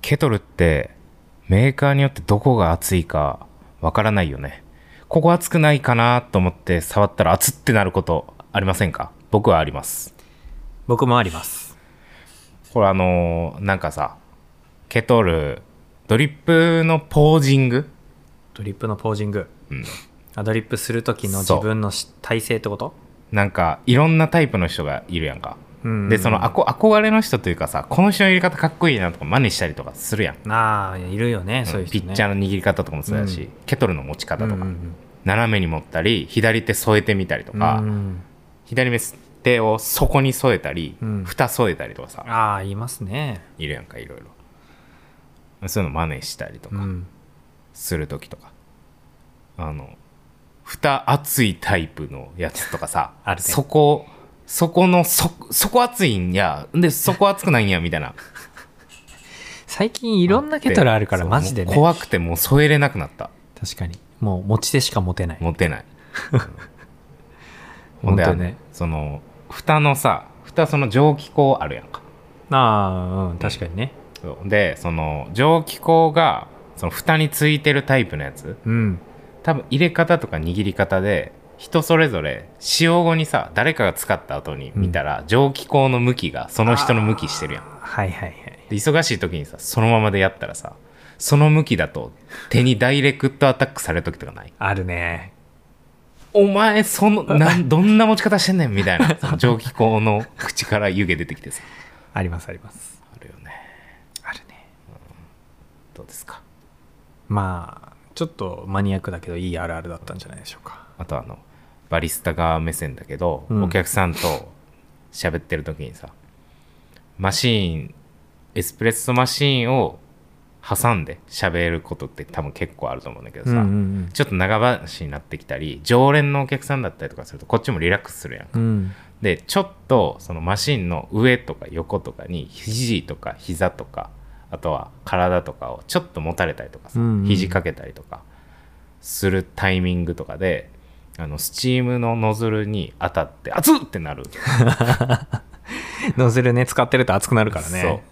ケトルってメーカーによってどこが熱いかわからないよね。ここ熱くないかなと思って触ったら熱ってなることありませんか？僕はあります。 僕もあります。 これなんかさ、ケトルドリップのポージング、 ドリップのポージング、 うん、 ドリップする時の自分の体勢ってこと？ なんかいろんなタイプの人がいるやんか。 うんでその憧れの人というかさ、この人の入れ方かっこいいなとか真似したりとかするやん。 ああ、いるよね、そういう人ね。 ピッチャーの握り方とかもそうだし、ケトルの持ち方とか、 うんうんうん、 斜めに持ったり左手添えてみたりとか、 うん、 左手を底に添えたり、 うん、 蓋添えたりとかさ、 ああ、いますね。 いるやんか、いろいろ。そういうの真似したりとかする時とか、蓋厚いタイプのやつとかさあるね。 そこ熱いんやでそこ熱くないんやみたいな。 最近いろんなケトルあるからマジでね。 怖くてもう添えれなくなった。 確かにもう持ち手しか持てない。 持てない。 本当にね。 その蓋のさ、その蒸気口あるやんか。 ああ、うん、確かにね。 でその蒸気口がその蓋についてるタイプのやつ、 うん、 多分入れ方とか握り方で人それぞれ使用後にさ、誰かが使った後に見たら、蒸気口の向きがその人の向きしてるやん。 はいはいはい。 で忙しい時にさ、そのままでやったらさ、その向きだと手にダイレクトアタックされる時とかない？ あるね。 お前どんな持ち方してんねんみたいな。その蒸気口の口から湯気出てきてさ。 ありますあります。 あるよね。 あるね、 どうですか？ まあちょっとマニアックだけどいいあるあるだったんじゃないでしょうか。 あとバリスタ側目線だけど、お客さんと喋ってる時にさ、エスプレッソマシーンを挟んで喋ることって多分結構あると思うんだけどさ、ちょっと長話になってきたり、常連のお客さんだったりとかするとこっちもリラックスするやんか、でちょっとそのマシンの上とか横とかに肘とか膝とか、あとは体とかをちょっと持たれたりとかさ、肘かけたりとかするタイミングとかで、スチームのノズルに当たって熱っってなる。 ノズルね、使ってると熱くなるからね。 そう、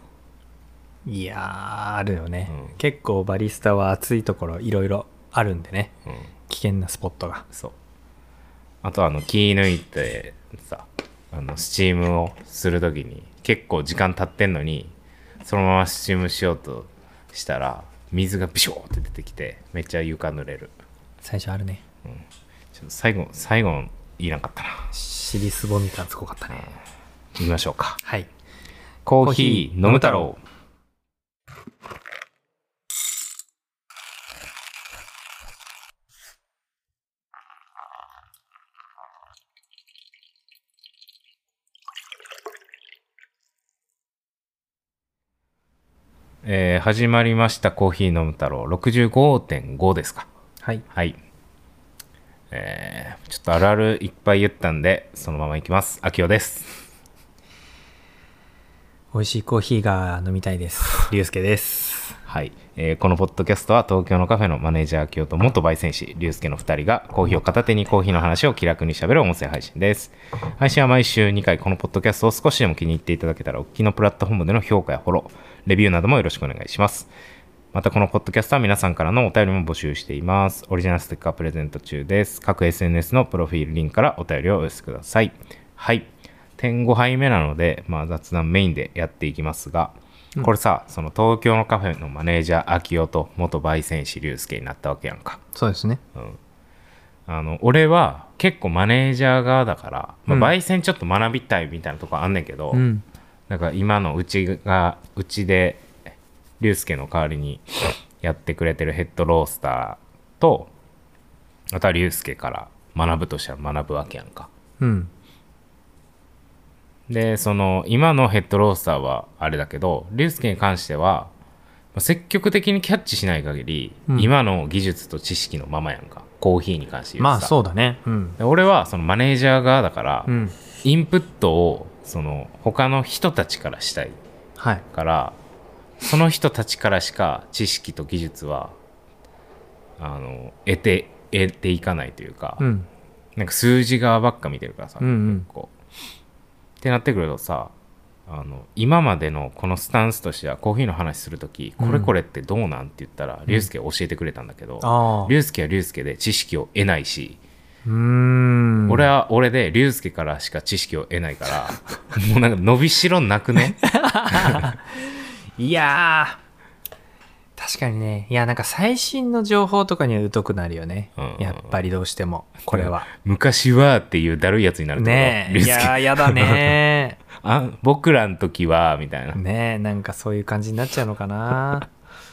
いやー、あるよね、結構バリスタは熱いところいろいろあるんでね、危険なスポットが。 そう、あと気抜いてさ、スチームをするときに結構時間経ってんのにそのままスチームしようとしたら水がビショーって出てきてめっちゃ床濡れる。 最初あるね、 ちょっと最後言いなかったな。 尻すぼみ感すごかったね。 言いましょうか。 はい。 コーヒー飲む太郎。始まりましたコーヒー飲む太郎 65.5 ですか。 はい、 はい。ちょっとあるあるいっぱい言ったんでそのままいきます。あきおです。 美味しいコーヒーが飲みたいです。りゅうすけです。 はい、このポッドキャストは東京のカフェのマネージャー清と元焙煎士りゅうすけの2人がコーヒーを片手にコーヒーの話を気楽にしゃべる音声配信です。配信は毎週2回。このポッドキャストを少しでも気に入っていただけたらお聞きのプラットフォームでの評価やフォロー、レビューなどもよろしくお願いします。またこのポッドキャストは皆さんからのお便りも募集しています。オリジナルステッカープレゼント中です。各 SNS のプロフィールリンクからお便りをお寄せください。はい、1.5 杯目なので、雑談メインでやっていきますが、これさ、その東京のカフェのマネージャー秋代と元焙煎士龍介になったわけやんか。 そうですね、 俺は結構マネージャー側だから、焙煎ちょっと学びたいみたいなとこあんねんけど、だから今のうちで龍介の代わりにやってくれてるヘッドロースターと、あとは龍介から学ぶとしたら学ぶわけやんか。でその今のヘッドロースターはあれだけど、龍介に関しては積極的にキャッチしない限り、今の技術と知識のままやんか、コーヒーに関して言うとさ。 そうだね、 俺はそのマネージャー側だから、インプットをその他の人たちからしたいから、その人たちからしか知識と技術は得ていかないというか、なんか数字側ばっか見てるからさ、結構ってなってくるとさ、 今までのこのスタンスとしてはコーヒーの話するとき、これこれってどうなんって言ったら、龍介が教えてくれたんだけど、龍介は龍介で知識を得ないし、俺は俺で龍介からしか知識を得ないからもうなんか伸びしろなくねいや確かにね。いや、なんか最新の情報とかには疎くなるよね、やっぱりどうしてもこれは昔はっていうだるいやつになるってことねえ。いややだね僕らの時はみたいなねえ、なんかそういう感じになっちゃうのかな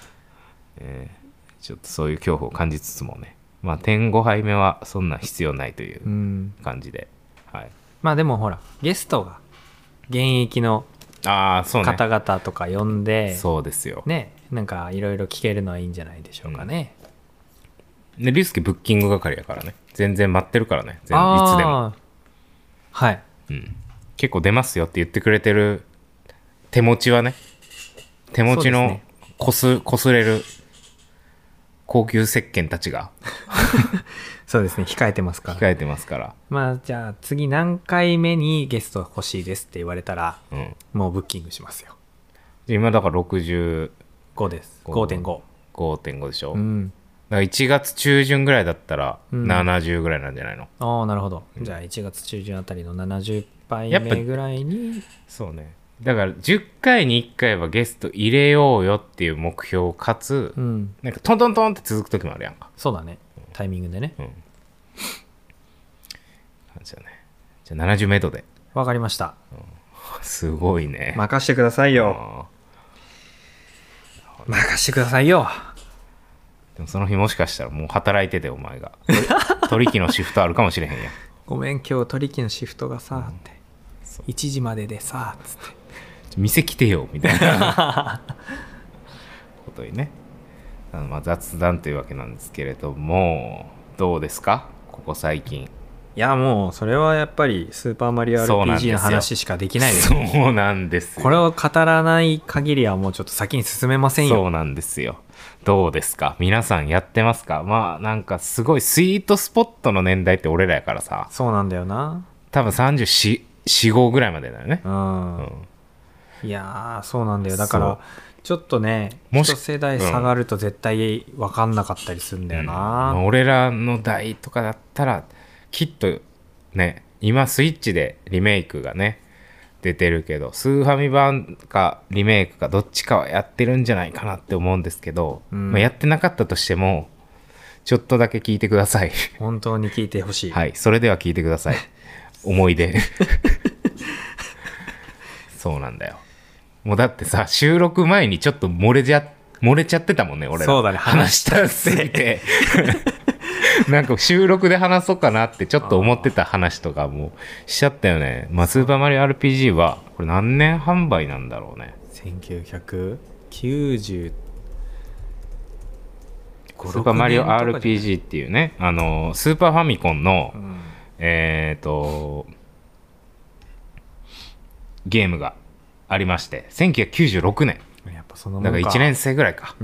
ちょっとそういう恐怖を感じつつもね、まあ点5杯目はそんな必要ないという感じで、はい、 まあでもほらゲストが現役のそうね、 方々とか呼んで、 そうですよね、なんかいろいろ聞けるのはいいんじゃないでしょうかね、 で龍介ブッキング係やからね、全然待ってるからね、いつでもはい、 結構出ますよって言ってくれてる手持ちはね、手持ちのこすれる高級石鹸たちがそうですね、控えてますから。 控えてますから。 まあじゃあ次何回目にゲスト欲しいですって言われたら、もうブッキングしますよ。 今だから65 です。5.5。 5.5 でしょ、だから1月中旬ぐらいだったら70ぐらいなんじゃないの、 ああなるほど、じゃあ1月中旬あたりの70杯目ぐらいに。 そうね、だから10回に1回はゲスト入れようよっていう目標かつ、なんかトントントンって続く時もあるやんか。 そうだね、タイミングでね、 じゃあ70メドで。 わかりました、 すごいね。 任してくださいよ。任してくださいよ。 でもその日もしかしたらもう働いてて、お前が取引のシフトあるかもしれへんやん。 ごめん今日取引のシフトがさって、1時まででさつって店来てよみたいなことにね、まあ雑談というわけなんですけれども、どうですかここ最近。 いやもうそれはやっぱりスーパーマリオ RPG の話しかできないですね。 そうなんですよ。 これを語らない限りはもうちょっと先に進めませんよ。 そうなんですよ。どうですか皆さんやってますか。まあなんかすごいスイートスポットの年代って俺らやからさ。 そうなんだよな。 多分34、5ぐらいまでだよね。 いやそうなんだよ。だからちょっとね、一世代下がると絶対分かんなかったりするんだよな、 俺らの代とかだったらきっとね、今スイッチでリメイクがね出てるけど、スーファミ版かリメイクかどっちかはやってるんじゃないかなって思うんですけど、まあ、やってなかったとしてもちょっとだけ聞いてください。 本当に聞いてほしい。 はい、それでは聞いてください。思い出そうなんだよ。もうだってさ、収録前にちょっと漏れちゃってたもんね、俺ら。 そうだね、 話したすぎてなんか収録で話そうかなってちょっと思ってた話とかもしちゃったよね。まあスーパーマリオ RPG はこれ何年販売なんだろうね。 1990 スーパーマリオ RPG っていうね、スーパーファミコンの、ゲームがありまして、1996年。 やっぱそのだから1年生ぐらいか。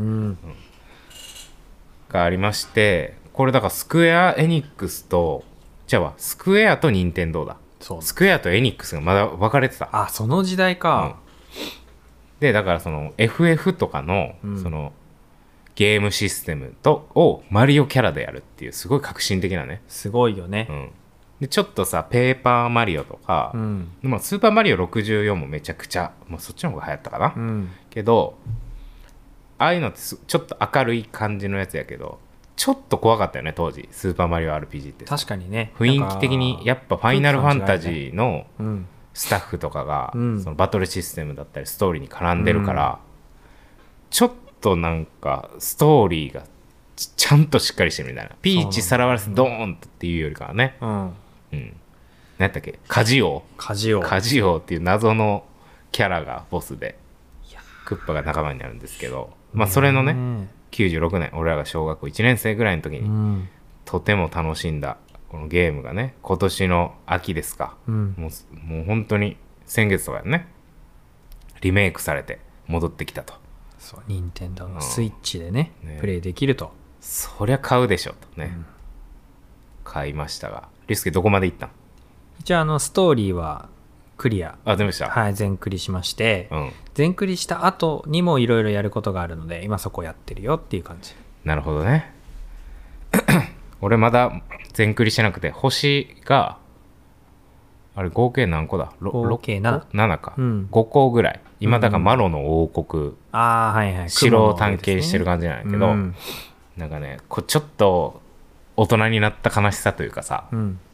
がありまして、これだからスクエア・エニックスと、スクエアと任天堂だ。スクエアとエニックスがまだ分かれてた。 あ、その時代か。 で、だからその FF とかの、そのゲームシステムをマリオキャラでやるっていうすごい革新的なね。 すごいよね。 でちょっとさ、ペーパーマリオとか、まあ、スーパーマリオ64もめちゃくちゃ、もうそっちの方が流行ったかな、けどああいうのってちょっと明るい感じのやつやけど、ちょっと怖かったよね当時スーパーマリオ RPG って。 確かにね、 雰囲気的にやっぱファイナルファンタジーのスタッフとかが、そのバトルシステムだったりストーリーに絡んでるから、ちょっとなんかストーリーがちゃんとしっかりしてるみたいな。ピーチさらわれてドーンとっていうよりかはね、何やったっけ、カジオっていう謎のキャラがボスで、クッパが仲間になるんですけど、まあそれのね96年、俺らが小学校1年生ぐらいの時に、とても楽しんだこのゲームがね、今年の秋ですか、もう本当に先月とかねリメイクされて戻ってきたと。 そう、任天堂のスイッチでね、プレイできると。 そりゃ買うでしょとね、買いましたが、リュウスケどこまで行ったん？ 一応ストーリーはクリア、 あ、全部した。 はい、全クリしまして、 うん。 全クリした後にもいろいろやることがあるので、今そこやってるよっていう感じ。 なるほどね。俺まだ全クリしてなくて、星が、あれ合計何個だ？ 合計7。 7か、 うん、 5個ぐらい。今だからマロの王国、 ああ、はいはい。 城を探検してる感じなんやけど、なんかね、ちょっと大人になった悲しさというかさ、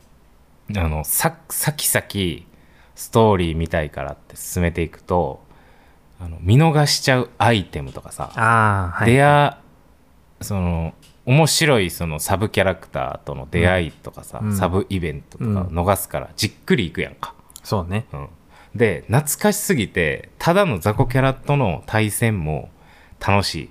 先々ストーリー見たいからって進めていくと、見逃しちゃうアイテムとかさ、その面白いそのサブキャラクターとの出会いとかさ、サブイベントとか逃すからじっくりいくやんか。 そうね。 で、懐かしすぎてただの雑魚キャラとの対戦も楽しい。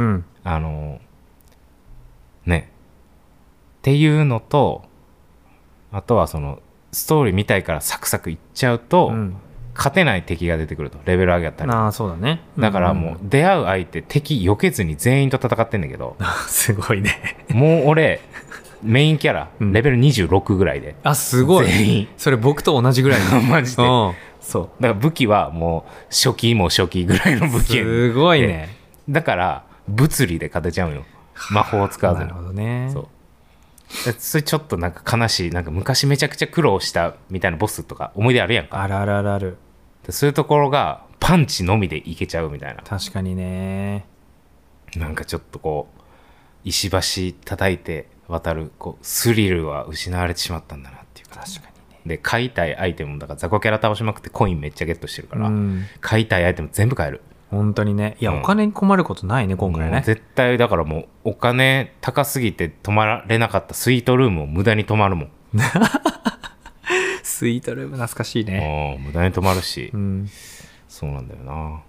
ねっていうのと、あとはそのストーリー見たいからサクサクいっちゃうと、勝てない敵が出てくると、レベル上げたり。 ああ、そうだね。 だからもう出会う相手、敵避けずに全員と戦ってんだけどすごいね。 もう俺メインキャラ、レベル26ぐらいで、 あ、すごい。 全員それ僕と同じぐらいのマジで。そうだから武器はもう初期も初期ぐらいの武器やねん。 すごいね。 だから物理で勝てちゃうよ、魔法を使わずに。 なるほどね。 それちょっとなんか悲しい。なんか昔めちゃくちゃ苦労したみたいなボスとか思い出あるやんか。 あるあるあるある。 そういうところがパンチのみでいけちゃうみたいな。 確かにね。 なんかちょっとこう石橋叩いて渡るこうスリルは失われてしまったんだなっていうか。 確かにね。 で買いたいアイテムもだから雑魚キャラ倒しまくってコインめっちゃゲットしてるから、買いたいアイテム全部買える。 本当にね。いや、お金に困ることないね、今回ね。 絶対だからもうお金高すぎて泊まれなかったスイートルームを無駄に泊まるもん。 スイートルーム懐かしいね。 無駄に泊まるし、そうなんだよな。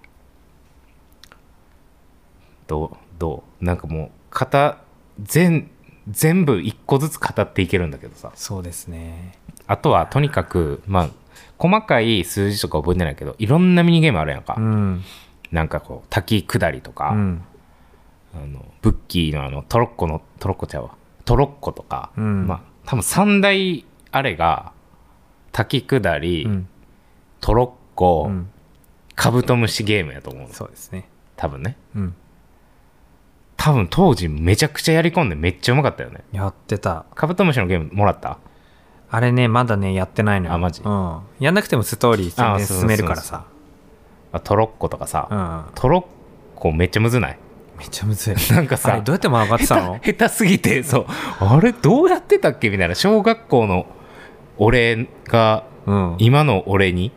どうなんかもう全部一個ずつ語っていけるんだけどさ。 そうですね。 あとはとにかくまあ細かい数字とか覚えてないけど、いろんなミニゲームあるやんか。なんかこう滝下りとか、ブッキーのトロッコとか、まあ多分3大あれが滝下り、トロッコ、カブトムシゲームやと思う。 そうですね。 多分ね。多分当時めちゃくちゃやり込んでめっちゃうまかったよね。 やってた。 カブトムシのゲームもらった？ あれね、まだねやってないのよ。 あ、マジ？ やんなくてもストーリー全然進めるからさ。 トロッコとかさ、トロッコめっちゃむずない？ めっちゃむずい。 なんかさ、 あれどうやって曲がってたの？ 下手すぎて、そう、あれどうやってたっけみたいな。小学校の俺が、今の俺に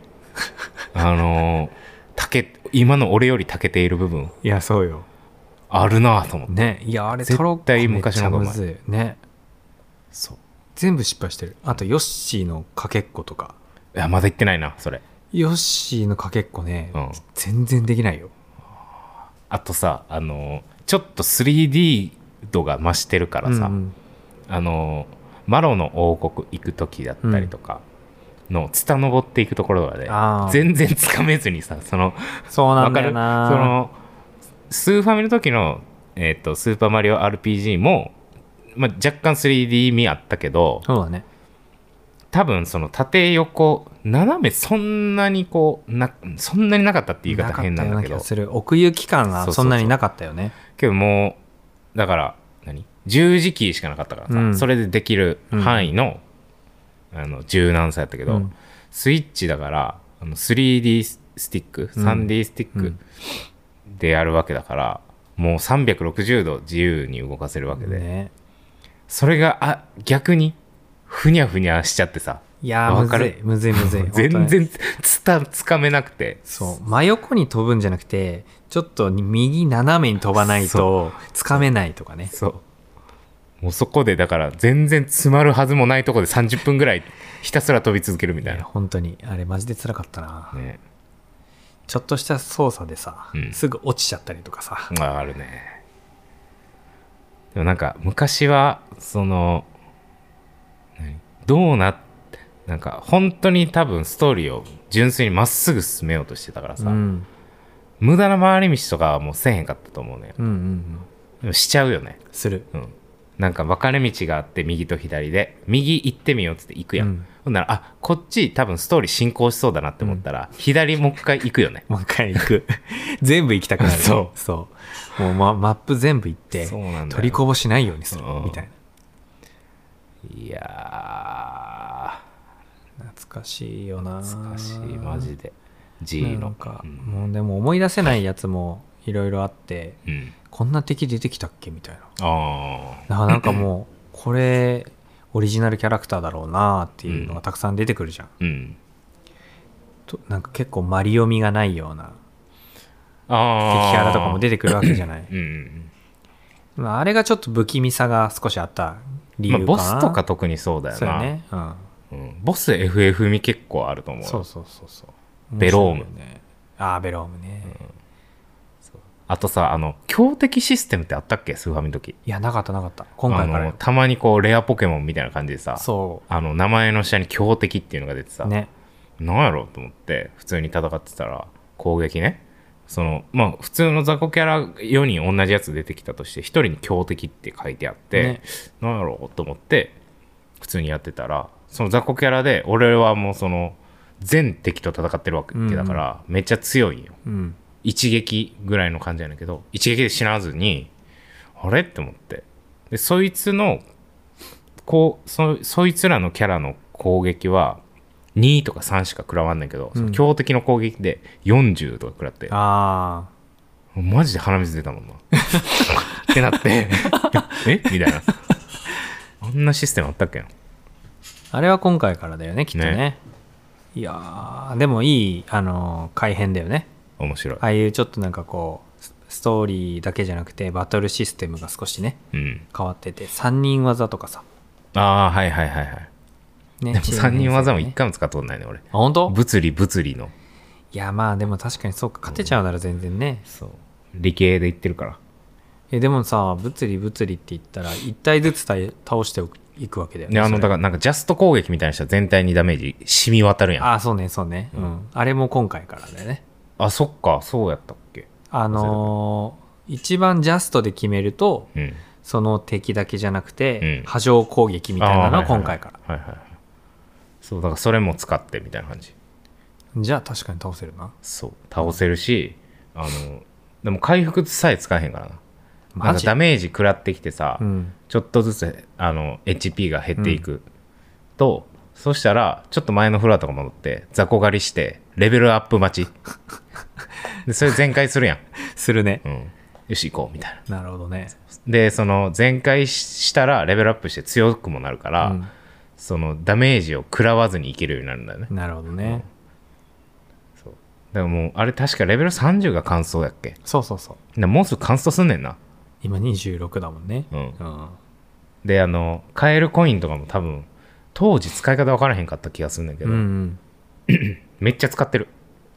今の俺より長けている部分、 いやそうよ、 あるなと思ってね。いやあれ絶対昔の方がうまい。 めっちゃむずいね。 そう、 全部失敗してる。あとヨッシーのかけっことか。 いやまだ言ってないなそれ。 ヨッシーのかけっこね、全然できないよ。 あとさ、ちょっと 3D 度が増してるからさ、マロの王国行く時だったりとかのツタ登っていくところで、全然つかめずにさ、 そうなんだよな。 スーファミの時の、スーパーマリオ RPG も、まあ、若干 3D 味あったけど、 そうだね。 多分その縦横斜めそんなにそんなになかったって言い方変なんだけど、 奥行き感がそんなになかったよね。 けどもうだから十字キーしかなかったからさ、それでできる範囲の、柔軟さやったけど、スイッチだから3D スティック、3D スティックでやるわけだから、もう360度自由に動かせるわけで、それが逆にふにゃふにゃしちゃってさ。 いやーむずい全然つかめなくて。 そう、真横に飛ぶんじゃなくてちょっと右斜めに飛ばないとつかめないとかね。 そう、もうそこでだから全然詰まるはずもないとこで30分ぐらいひたすら飛び続けるみたいな。 本当にあれマジで辛かったな、 ね。 ちょっとした操作でさ、すぐ落ちちゃったりとかさ。 あるね。でもなんか昔はなんか本当に多分ストーリーを純粋にまっすぐ進めようとしてたからさ、無駄な回り道とかはもうせえへんかったと思うね。でもしちゃうよね。 する。 なんか分かれ道があって右と左で右行ってみようっつって行くやん、ほんならこっち多分ストーリー進行しそうだなって思ったら、左もう一回行くよね。 もう一回行く全部行きたくなる。そうもう、マップ全部行って取りこぼしないようにするみたいな。 いやー懐かしいよな。 懐かしいマジで G のなんか、もうでも思い出せないやつもいろいろあって、こんな敵出てきたっけみたいな。だからなんかもうこれオリジナルキャラクターだろうなっていうのがたくさん出てくるじゃん、なんか結構マリ読みがないような敵キャラとかも出てくるわけじゃない。あれがちょっと不気味さが少しあった理由かな。 ボスとか特にそうだよな。 そうよね、 ボス FF 味結構あると思う。 そうベローム、 ベロームね、 あとさ、強敵システムってあったっけ、スーファミの時。 いや、なかった今回からたまにこうレアポケモンみたいな感じでさ、 そう名前の下に強敵っていうのが出てさ、 ね、 なんやろうと思って普通に戦ってたら、攻撃ね、普通の雑魚キャラ4人同じやつ出てきたとして、1人に強敵って書いてあって、なんやろうと思って普通にやってたら、その雑魚キャラで俺はもうその全敵と戦ってるわけだから、めっちゃ強いんよ、一撃ぐらいの感じやねんけど、一撃で死なずに、あれって思って、でそいつのそいつらのキャラの攻撃は2とか3しか食らわんねんけど、その強敵の攻撃で40とか食らって、マジで鼻水出たもんなってなってえみたいな。あんなシステムあったっけ。 あれは今回からだよね、きっとね。いやー、でもいい改変だよね。 面白い。 ああいうちょっとなんかこうストーリーだけじゃなくてバトルシステムが少しね、変わってて、3人技とかさ。 はいはいはいはい。ね、でも3人技も1回も使ったことないね俺。 本当？ 物理の。 いやまあでも確かにそうか、勝てちゃうなら全然ね。 そう。理系で言ってるから。 でもさ、物理って言ったら1体ずつ倒していくわけだよね。 だからなんかジャスト攻撃みたいな人は全体にダメージ染み渡るやん。 そうね、あれも今回からだよね。 そっか、そうやったっけ。 一番ジャストで決めると、その敵だけじゃなくて、波状攻撃みたいなのは今回から。そうだからそれも使ってみたいな感じ。じゃあ確かに倒せるな。そう倒せるし、でも回復さえ使えへんからな。なんかダメージ食らってきてさ、ちょっとずつHP が減っていくと、そしたらちょっと前のフロアとか戻って雑魚狩りしてレベルアップ待ちでそれ全開するやん。 するね、 よし行こうみたいな。 なるほどね。でその全開したらレベルアップして強くもなるから、そのダメージを食らわずにいけるようになるんだよね。 なるほどね、 そうだからもうあれ確かレベル30が完走やっけ。 そうもうすぐ完走すんねんな。 今26だもんね。 で買えるコインとかも多分当時使い方分からへんかった気がするんだけど、めっちゃ使ってる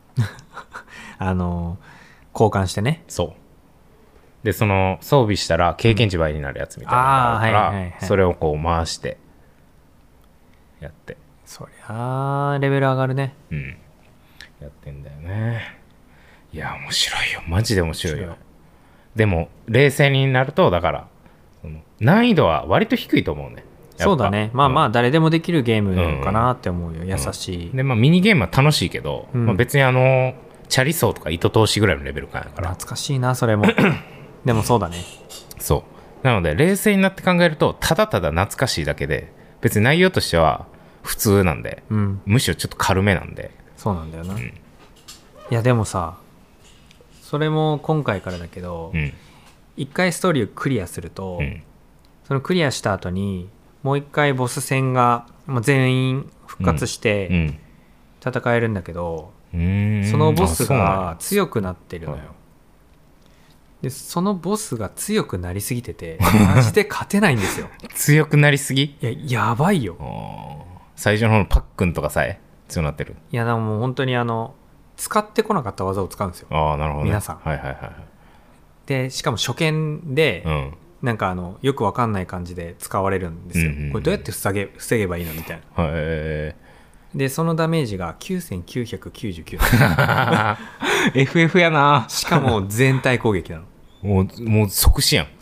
交換してね。 そうでその装備したら経験値倍になるやつみたいなのがあるから、それをこう回してやって、 そりゃあレベル上がるね。 やってんだよね。いや面白いよ、マジで面白いよ。でも冷静になると、だから難易度は割と低いと思うね。 そうだね。まあ誰でもできるゲームかなって思うよ。優しい。 でミニゲームは楽しいけど、別にチャリソーとか糸通しぐらいのレベル感やから。 懐かしいなそれもでもそうだね。 そうなので冷静になって考えると、ただただ懐かしいだけで、別に内容としては普通なんで、むしろちょっと軽めなんで。 そうなんだよな、いやでもさ、それも今回からだけど、一回ストーリーをクリアすると、そのクリアした後にもう一回ボス戦が全員復活して戦えるんだけど、そのボスが強くなってるのよ。でそのボスが強くなりすぎててマジで勝てないんですよ強くなりすぎ。 やばいよ。 最初の方のパックンとかさえ強くなってる。 いやでももう本当に使ってこなかった技を使うんですよ。 なるほど、ね、 皆さん。でしかも初見で、なんかよくわかんない感じで使われるんですよ、これどうやって防げばいいのみたいな。でそのダメージが9999 FF やな。しかも全体攻撃なの。 もう即死やん。 そう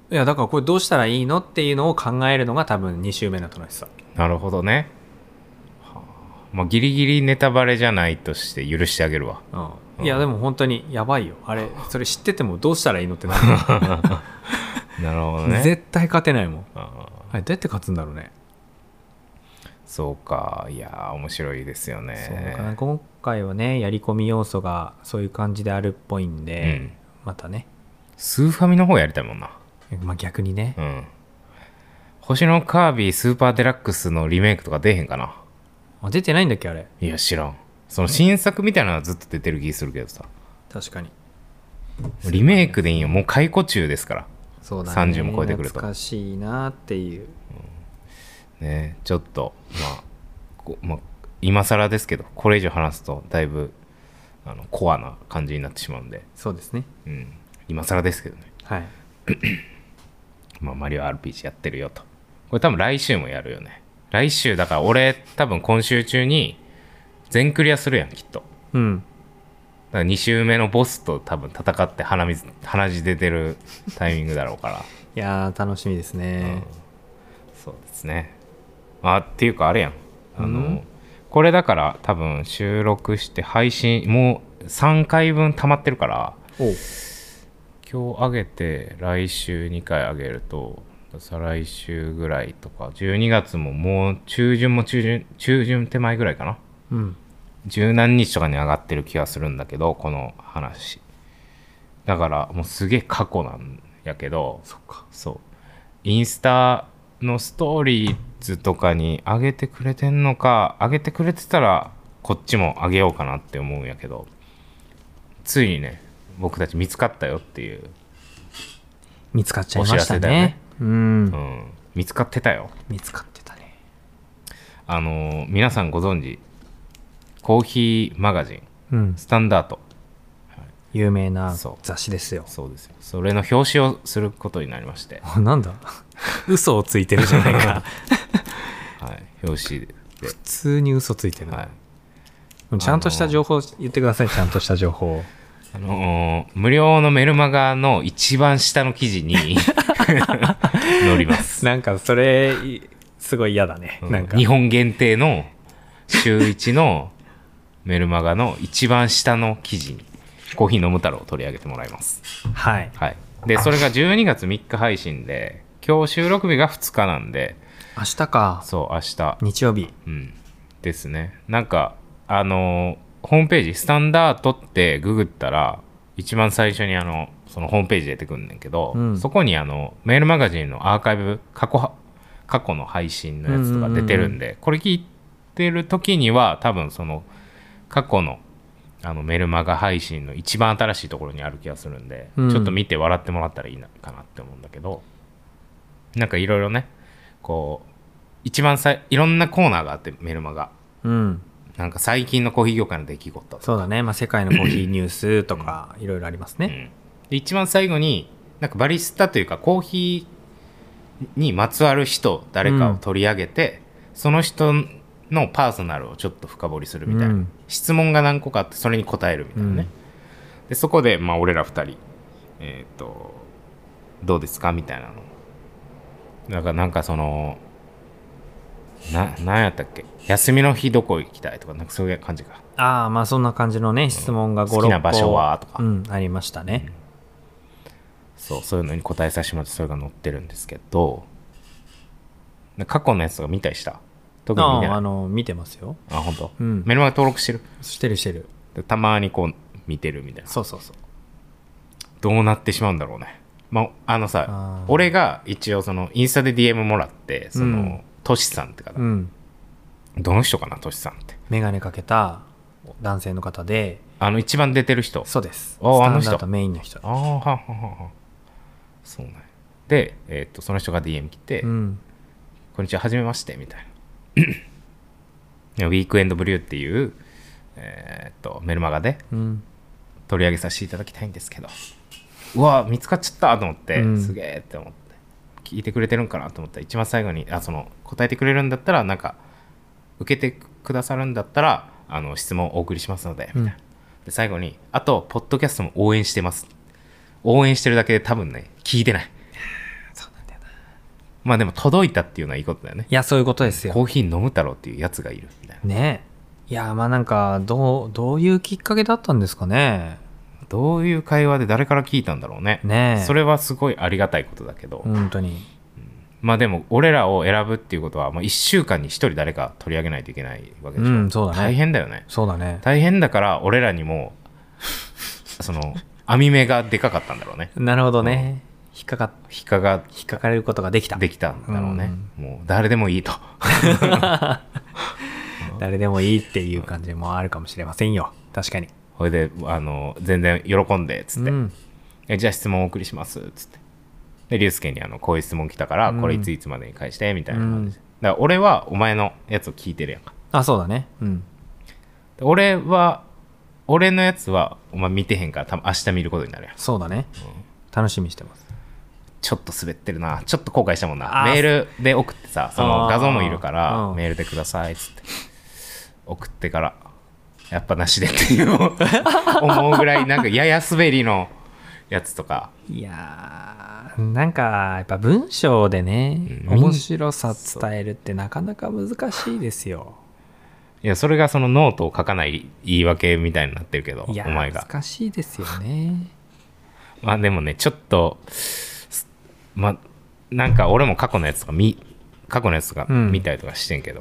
いやだからこれどうしたらいいのっていうのを考えるのが多分2週目の楽しさ。 なるほどね。まあギリギリネタバレじゃないとして許してあげるわ。 いやでも本当にやばいよあれ。それ知っててもどうしたらいいのってなるなるほどね。 絶対勝てないもん。あれどうやって勝つんだろうね。 そうか。いやー面白いですよね。 そうかな。今回はねやり込み要素がそういう感じであるっぽいんで、またねスーファミの方やりたいもんな。 まあ逆にね、 星のカービィスーパーデラックスのリメイクとか出へんかな。 あ出てないんだっけあれ。 いや知らん。その新作みたいなのはずっと出てる気するけどさ。 確かにリメイクでいいよ。もう解雇中ですから。 そうだね。 30も超えてくると懐かしいなっていう、 ね。ちょっとまあ今更ですけどこれ以上話すとだいぶコアな感じになってしまうんで、 そうですね。 今更ですけどね。 はいまあマリオ RPG やってるよと。これ多分来週もやるよね。来週だから俺多分今週中に全クリアするやんきっと。だから2週目のボスと多分戦って鼻血出てるタイミングだろうから。 いやー楽しみですね。 そうですね。っていうかあれやん。これだから多分収録して配信もう3回分溜まってるから、今日上げて来週2回上げると再来週ぐらいとか12月ももう中旬手前ぐらいかな。十何日とかに上がってる気がするんだけどこの話だからもうすげえ過去なんやけど、そうインスタのストーリーズとかに上げてくれてんのか、上げてくれてたらこっちも上げようかなって思うんやけど、ついにね僕たち見つかったよっていう見つかっちゃいましたね。 見つかってたよ。 見つかってたね。 皆さんご存知コーヒーマガジン、スタンダード、 有名な雑誌ですよ。 そうですよ。それの表紙をすることになりましてなんだ嘘をついてるじゃないか表紙で普通に嘘ついてる、ちゃんとした情報言ってください。ちゃんとした情報無料のメルマガの一番下の記事に載ります。 なんかそれすごい嫌だね、なんか日本限定の週1のメルマガの一番下の記事にコーヒー飲む太郎を取り上げてもらいます。でそれが12月3日配信で今日収録日が2日なんで明日か。 そう明日日曜日ですね。なんかホームページスタンダードってググったら一番最初にそのホームページ出てくんねんけど、そこにメールマガジンのアーカイブ過去の配信のやつとか出てるんで、これ聞いてる時には多分その過去のメルマガ配信の一番新しいところにある気がするんで、ちょっと見て笑ってもらったらいいかなって思うんだけど、なんかいろいろねこういろんなコーナーがあってメルマガ、なんか最近のコーヒー業界の出来事とか、 そうだね、世界のコーヒーニュースとかいろいろありますね。 で一番最後になんかバリスタというかコーヒーにまつわる人誰かを取り上げて、その人のパーソナルをちょっと深掘りするみたいな、質問が何個かあってそれに答えるみたいなね、でそこで俺ら2人どうですかみたいなのなんかその何やったっけ、休みの日どこ行きたいとかなんかそういう感じか。 まあそんな感じのね質問が5、6個好きな場所はとか、 ありましたね。 そういうのに答えさせてもらってそれが載ってるんですけど、過去のやつとか見たりした？特に見てない？ 見てますよ。 本当？メルマガ登録してる？ してる。 たまにこう見てるみたいな。 そう。 どうなってしまうんだろうね。俺が一応そのインスタで DM もらってそのトシさんって方、どの人かなトシさんって。 メガネかけた男性の方で、 一番出てる人。 そうです。 スタンダードメインの人。 そうね。でその人が DM 来て、こんにちは、はじめましてみたいなウィークエンドブリューっていうメルマガで取り上げさせていただきたいんですけど、うわ見つかっちゃったと思って、すげえって思って聞いてくれてるんかなと思ったら一番最後にその答えてくれるんだったらなんか受けてくださるんだったら質問をお送りしますのでみたいな、で最後にあとポッドキャストも応援してます。応援してるだけで多分ね聞いてないまあでも届いたっていうのはいいことだよね。 いやそういうことですよ。 コーヒー飲む太郎っていうやつがいるみたいなね。いやまあなんかどういうきっかけだったんですかね。 どういう会話で誰から聞いたんだろうね。 ねえ、 それはすごいありがたいことだけど、 本当に。 まあでも俺らを選ぶっていうことは、まあ、1週間に1人誰か取り上げないといけないわけでしょ。 そうだね。 大変だよね。 そうだね。 大変だから俺らにもその網目がでかかったんだろうね。 なるほどね。引っかかれることができたんだろうね。もう誰でもいいと誰でもいいっていう感じもあるかもしれませんよ。確かに。 それで全然喜んでっつって、じゃあ質問をお送りしますっつって、で竜介にこういう質問来たからこれいついつまでに返してみたいな感じで、だから俺はお前のやつを聞いてるやんか。 あ、そうだね。 俺のやつはお前見てへんから多分明日見ることになるやん。 そうだね、楽しみにしてます。 ちょっと滑ってるな、ちょっと後悔したもんな。メールで送ってさ、その画像もいるからメールでくださいっつって送ってからやっぱなしでっていうのを思うぐらいなんかやや滑りのやつとか。 いやーなんかやっぱ文章でね、面白さ伝えるってなかなか難しいですよ。 いやそれがそのノートを書かない言い訳みたいになってるけど、お前が難しいですよね。 まあでもねちょっとまあなんか俺も過去のやつとか見たりとかしてんけど、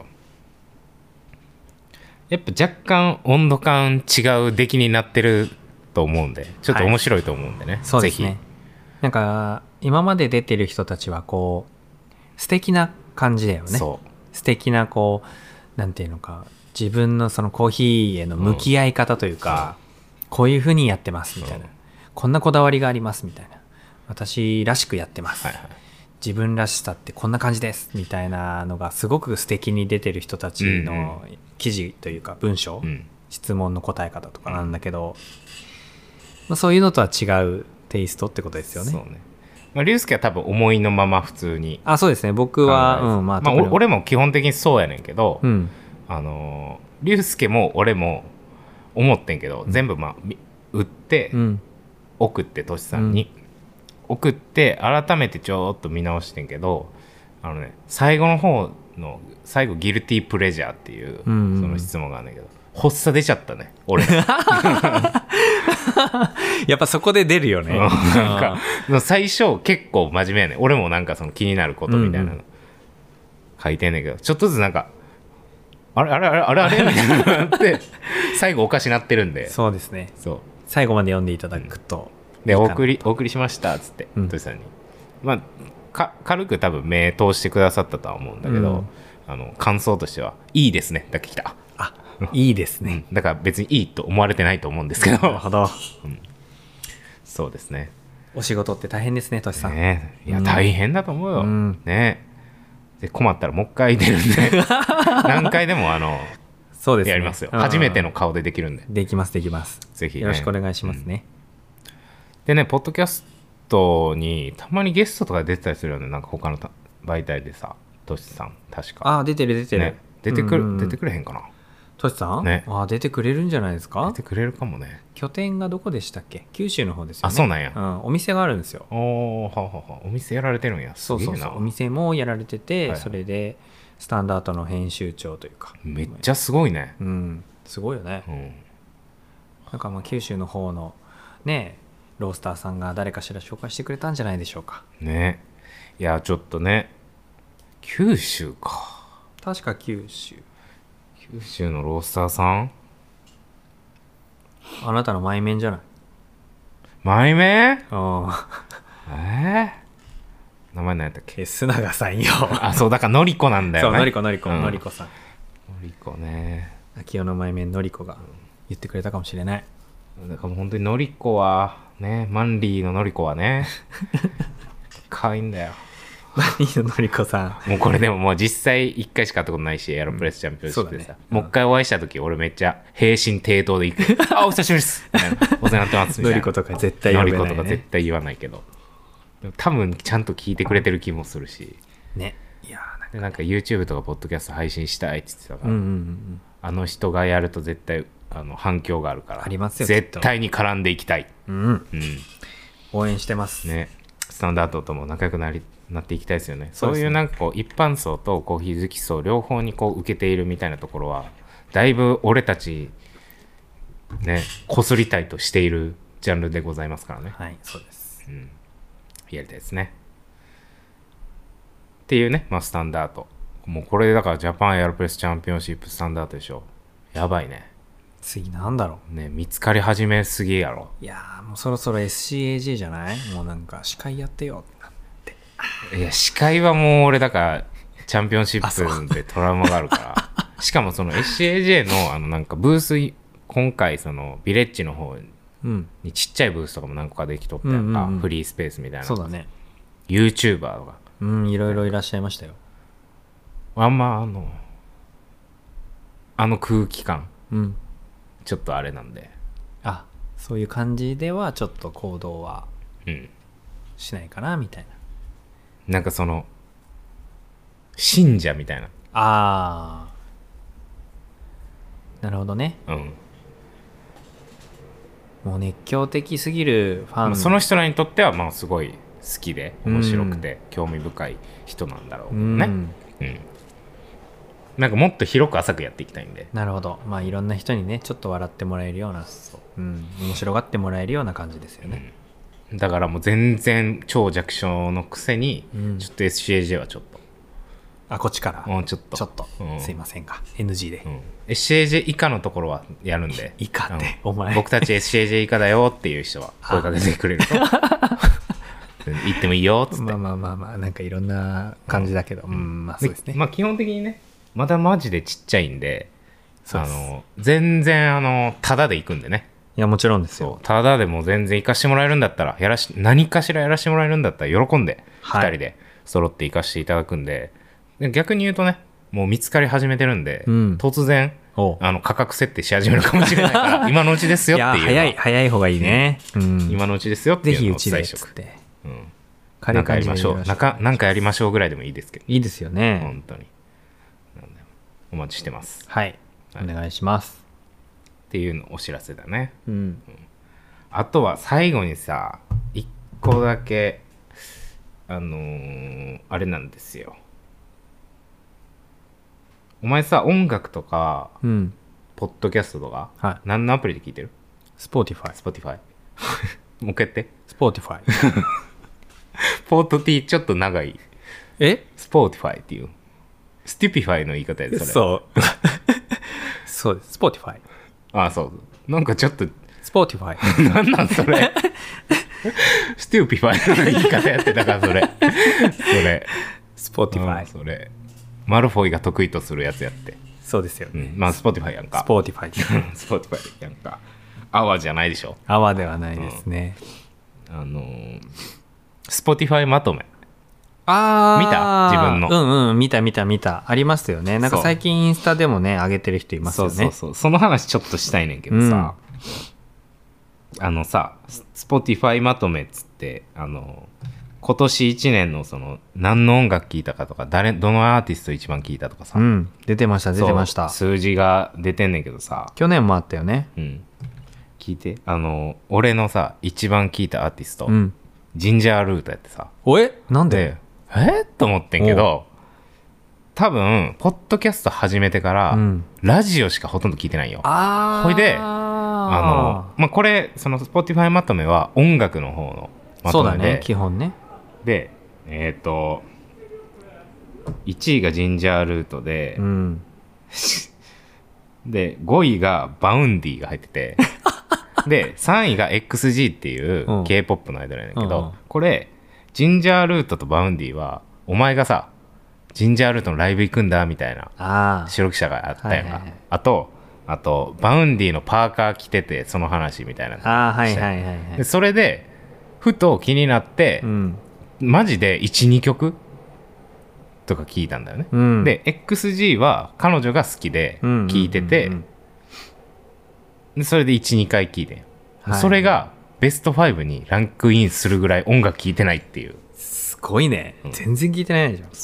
やっぱ若干温度感違う出来になってると思うんで、ちょっと面白いと思うんでね、 そうですね。なんか今まで出てる人たちはこう素敵な感じだよね。素敵なこうなんていうのか、自分のそのコーヒーへの向き合い方というか、こういう風にやってますみたいな、こんなこだわりがありますみたいな、私らしくやってます、自分らしさってこんな感じですみたいなのがすごく素敵に出てる人たちの記事というか文章、質問の答え方とかなんだけど、そういうのとは違うテイストってことですよね。 そうね。まあ、竜介は多分思いのまま普通に。 そうですね。僕は、 俺も基本的にそうやねんけど、竜介も俺も思ってんけど、全部売って、送ってトシさんに、送って改めてちょっと見直してんけど、最後の方の最後ギルティープレジャーっていう、その質問があるんだけど、発作出ちゃったね俺やっぱそこで出るよね。 なんか最初結構真面目やね。俺もなんかその気になることみたいなの書いてんねんけど、ちょっとずつなんかあれみたいなのって最後おかしなってるんで。 そうですね。 そう最後まで読んでいただくと、 でお送りしましたっつってトシさんに、まあ軽く多分目通してくださったとは思うんだけど、感想としてはいいですねだけ来た。 いいですね、 だから別にいいと思われてないと思うんですけど。 なるほど、 そうですね。 お仕事って大変ですねトシさん。 ね、いや大変だと思うよ、ね。で困ったらもう一回出るんで何回でもそうですね、 やりますよ。初めての顔でできるんで。 できますぜひ、よろしくお願いしますね。 でね、ポッドキャストにたまにゲストとか出てたりするよね。なんか他の媒体でさ、トシさん確か出てる、 ね、出てくれへんかなトシさん、 ね、 出てくれるんじゃないですか。 出てくれるかもね。 拠点がどこでしたっけ。九州の方ですよね。 そうなんや、 お店があるんですよ。 お店やられてるんや。 そうお店もやられてて、それでスタンダードの編集長というか、 めっちゃすごいね。 すごいよね、なんか九州の方のねロースターさんが誰かしら紹介してくれたんじゃないでしょうかね。いやちょっとね、九州か。 確か九州のロースターさん、 あなたの前面じゃない。 前面？名前何やったっけ。 須永さんよ。 そうだからのりこなんだよね。 そうのりこさん、のりこね。 秋代の前面のりこが言ってくれたかもしれない。 だからもう本当にのりこはね、マンリーののりこはね可愛いんだよ。 マンリーののりこさんもうこれでももう実際1回しか会ったことないし、エアロプレスチャンピオンシップでさ、もう一回お会いした時俺めっちゃ平身低頭で行くお久しぶりですみたいな、お世話になってますみたいな。 のりことか絶対言わないね。 のりことか絶対言わないけど、多分ちゃんと聞いてくれてる気もするしね。いやなんか YouTube とかポッドキャスト配信したいって言ってたから、あの人がやると絶対反響があるから、 ありますよ、 絶対に絡んでいきたい。 応援してますね。 スタンダードとも仲良くなっていきたいですよね。そういうなんかこう一般層とコーヒー好き層両方にこう受けているみたいなところはだいぶ俺たちねこすりたいとしているジャンルでございますからね。 はい、そうです、 やりたいですねっていうね、まあ、スタンダード。もうこれだからジャパンエアロプレスチャンピオンシップスタンダードでしょ。やばいね。 次なんだろうね、見つかり始めすぎやろ。 いやーもうそろそろ SCAJ じゃない？もうなんか司会やってよっていや司会はもう俺だからチャンピオンシップでトラウマがあるからしかもその SCAJ のなんかブース今回そのビレッジの方にちっちゃいブースとかも何個かできとったやんか、フリースペースみたいな。 そうだね。 YouTuber とかいろいろいらっしゃいましたよ。 あんま空気感、ちょっとあれなんで、 そういう感じではちょっと行動はしないかなみたいな。 なんかその信者みたいな。 なるほどね。もう熱狂的すぎるファン、 その人らにとってはまあすごい好きで面白くて興味深い人なんだろうけどね。なんかもっと広く浅くやっていきたいんで。 なるほど。まあいろんな人にねちょっと笑ってもらえるような、面白がってもらえるような感じですよね。 だからもう全然超弱小のくせに、ちょっと SCAJ はちょっとこっちからもうちょっとすいませんが NG で、 SCAJ 以下のところはやるんで、 以下ってお前僕たち SCAJ 以下だよっていう人は声かけてくれると言ってもいいよっつって。 まあなんかいろんな感じだけど、まあそうですね。 まあ基本的にねまだマジでちっちゃいんで、全然タダで行くんでね。 いやもちろんですよ。 タダでも全然行かしてもらえるんだったら何かしらやらしてもらえるんだったら喜んで2人で揃って行かしていただくんで、逆に言うとねもう見つかり始めてるんで、突然価格設定し始めるかもしれないから今のうちですよっていう。 いや早い方がいいね。 今のうちですよっていうのをお伝えしておく。なんかやりましょう。なんかやりましょうぐらいでもいいですけど。 いいですよね。 本当に。お待ちしてます。 はい。お願いします。 っていうのお知らせだね。あとは最後にさ、一個だけあれなんですよ。お前さ音楽とか、ポッドキャストとか、何のアプリで聞いてる？Spotify もう一回やって。 Spotify ポート T ちょっと長い。Spotify っていうスティピファイの言い方やでそれ。 そうです Spotify。 そうなんかちょっと Spotify なんそれスティピファイの言い方やってたからそれ Spotify、 それマルフォイが得意とするやつやって。 そうですよね。 まあ Spotify やんか。 Spotify やんか。アワーじゃないでしょ。 アワーではないですね。 Spotify まとめ見た？自分の。 見たありますよね。なんか最近インスタでもね上げてる人いますよね。 その話ちょっとしたいねんけどさ、Spotify まとめっつって今年1年のその何の音楽聴いたかとかどのアーティスト一番聴いたとかさ、 出てました数字が出てんねんけどさ、 去年もあったよね。 聞いて俺のさ一番聴いたアーティスト、ジンジャールートやってさ。 なんでと思ってんけど、多分ポッドキャスト始めてから、ラジオしかほとんど聞いてないよ。ほいでこれその Spotify まとめは音楽の方のまとめで、 そうだね基本ね。 で1位がジンジャールートで、で5位がバウンディが入っててで3位が XG っていう K-POP のアイドルやねんけど、これジンジャールートとバウンディはお前がさジンジャールートのライブ行くんだみたいな白記者があったやんか。あとバウンディのパーカー着ててその話みたいな。でそれでふと気になって、マジで 1,2 曲とか聞いたんだよね。で XG は彼女が好きで聞いてて、でそれで 1,2 回聞いて、それがベスト5にランクインするぐらい音楽聴いてないっていう。 すごいね、全然聞いてないじゃん。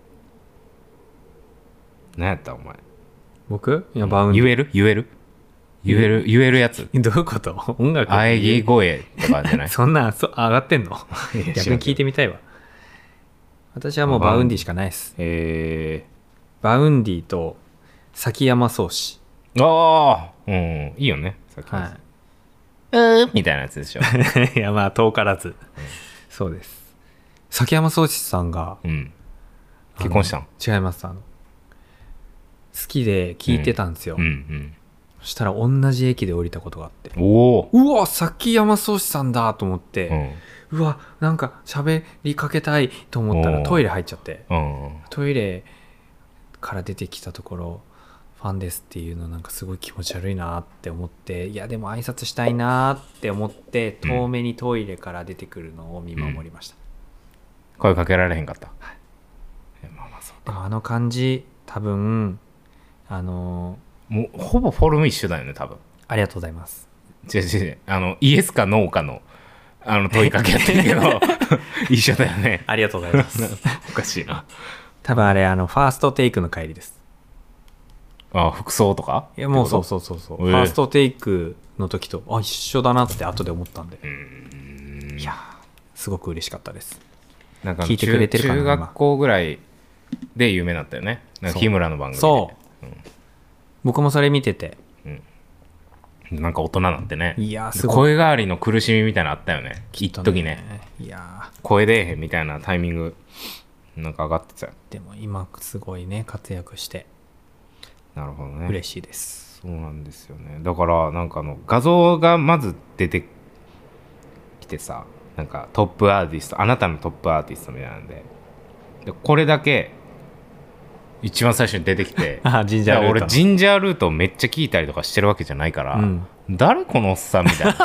何やったお前。 僕？いやバウンディ。 言える言えるやつ。 どういうこと？音楽喘ぎ声とかじゃない？ そんなん上がってんの？ いや逆に聞いてみたいわ。私はもうバウンディしかないです。バウンディと崎山宗志。 ああ、うん、いいよね。さっきのはみたいなやつでしょ。 い。いやまあ遠からず、そうです。崎山宗志さんが、 うん。結婚したん？ 違います。好きで聞いてたんですよ。 うんうんそしたら同じ駅で降りたことがあって、 うん。おお。 うわ崎山宗志さんだと思って、 うん。 うわなんか喋りかけたいと思ったらおートイレ入っちゃって、 うん。 トイレから出てきたところファンですっていうのなんかすごい気持ち悪いなって思って、いやでも挨拶したいなって思って遠目にトイレから出てくるのを見守りました。 声かけられへんかった。はい。まあまあそうか。 でもあの感じ多分もうほぼフォルム一緒だよね多分。 ありがとうございます。 違う違う、イエスかノーかの問いかけやってるけど一緒だよね。 ありがとうございますおかしいな。 多分あれファーストテイクの帰りです。 あ、服装とか？ いやもうそうそうそうそう、ファーストテイクの時と一緒だなって後で思ったんで、いやすごく嬉しかったです。 なんか聞いてくれてるかな。 中学校ぐらいで有名だったよね。なんか日村の番組で。 そう、僕もそれ見てて、 なんか大人なんてね。 いやすごい声変わりの苦しみみたいなのあったよね。一時ね。 いや声出えへんみたいなタイミングなんか上がってたよ。 でも今すごいね活躍してなるほどね。 嬉しいです。 そうなんですよね。だからなんか画像がまず出てきてさ、なんかトップアーティスト、あなたのトップアーティストみたいなんで、これだけ一番最初に出てきてジンジャールート。 俺ジンジャールートめっちゃ聞いたりとかしてるわけじゃないから、誰このおっさんみたいな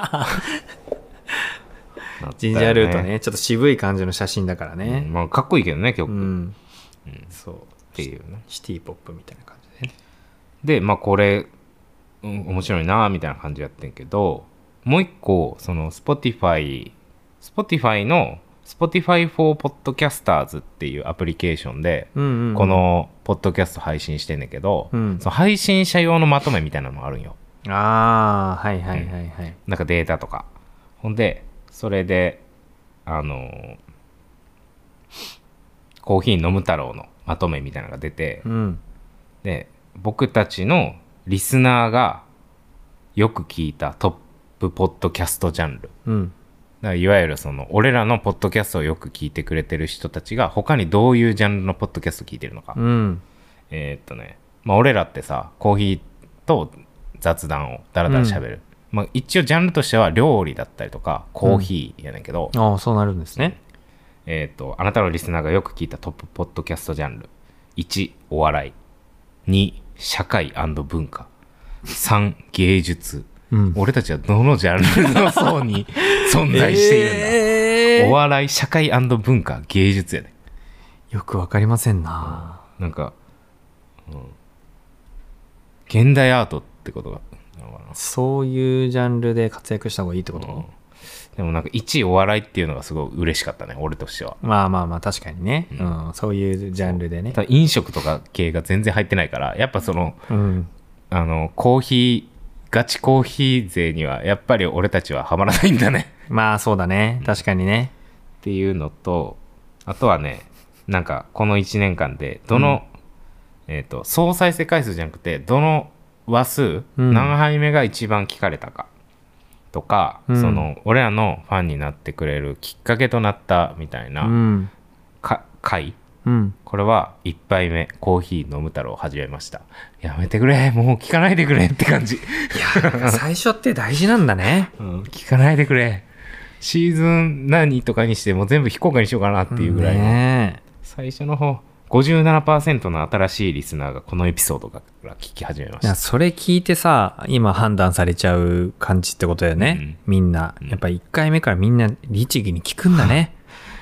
ジンジャールートね、ちょっと渋い感じの写真だからね、 まあかっこいいけどね曲、 そうっていうね、 シティポップみたいな感じでね。 でまあこれ、面白いなみたいな感じやってんけど、もう一個その Spotify の Spotify for Podcasters っていうアプリケーションで、このポッドキャスト配信してんねんけど、その配信者用のまとめみたいなのあるんよ。 ああはいはいはいはい、 なんかデータとか、ほんでそれでコーヒー飲む太郎のまとめみたいなのが出て、で僕たちのリスナーがよく聞いたトップポッドキャストジャンル、だからいわゆるその俺らのポッドキャストをよく聞いてくれてる人たちが他にどういうジャンルのポッドキャスト聞いてるのか、まあ俺らってさコーヒーと雑談をだらだらしゃべる、まあ、一応ジャンルとしては料理だったりとかコーヒーやねんけど、 ああそうなるんですね。 あなたのリスナーがよく聞いたトップポッドキャストジャンル、1お笑い、2社会&文化、3芸術、俺たちはどのジャンルの層に存在しているんだ、お笑い、社会&文化、芸術やで、 よくわかりませんな、 なんか、現代アートってことがなのかな。 そういうジャンルで活躍した方がいいってこと、 でもなんか1位お笑いっていうのがすごい嬉しかったね俺としては。 まあまあまあ確かにね、そういうジャンルでね。 ただ飲食とか系が全然入ってないからやっぱその、コーヒーガチコーヒー勢にはやっぱり俺たちはハマらないんだねまあそうだね確かにね、 っていうのと、あとはねなんかこの1年間でどの、総再生回数じゃなくてどの話数、何杯目が一番聞かれたかとか、その俺らのファンになってくれるきっかけとなったみたいな、回、これは1杯目コーヒー飲む太郎を始めました。やめてくれ、もう聞かないでくれって感じ。いや最初って大事なんだね、 聞かないでくれ、シーズン何とかにしても全部非公開にしようかなっていうぐらいの、最初の方 57% の新しいリスナーがこのエピソードから聞き始めました。 いやそれ聞いてさ今判断されちゃう感じってことだよね、みんなやっぱ1回目からみんな律儀に聞くんだね。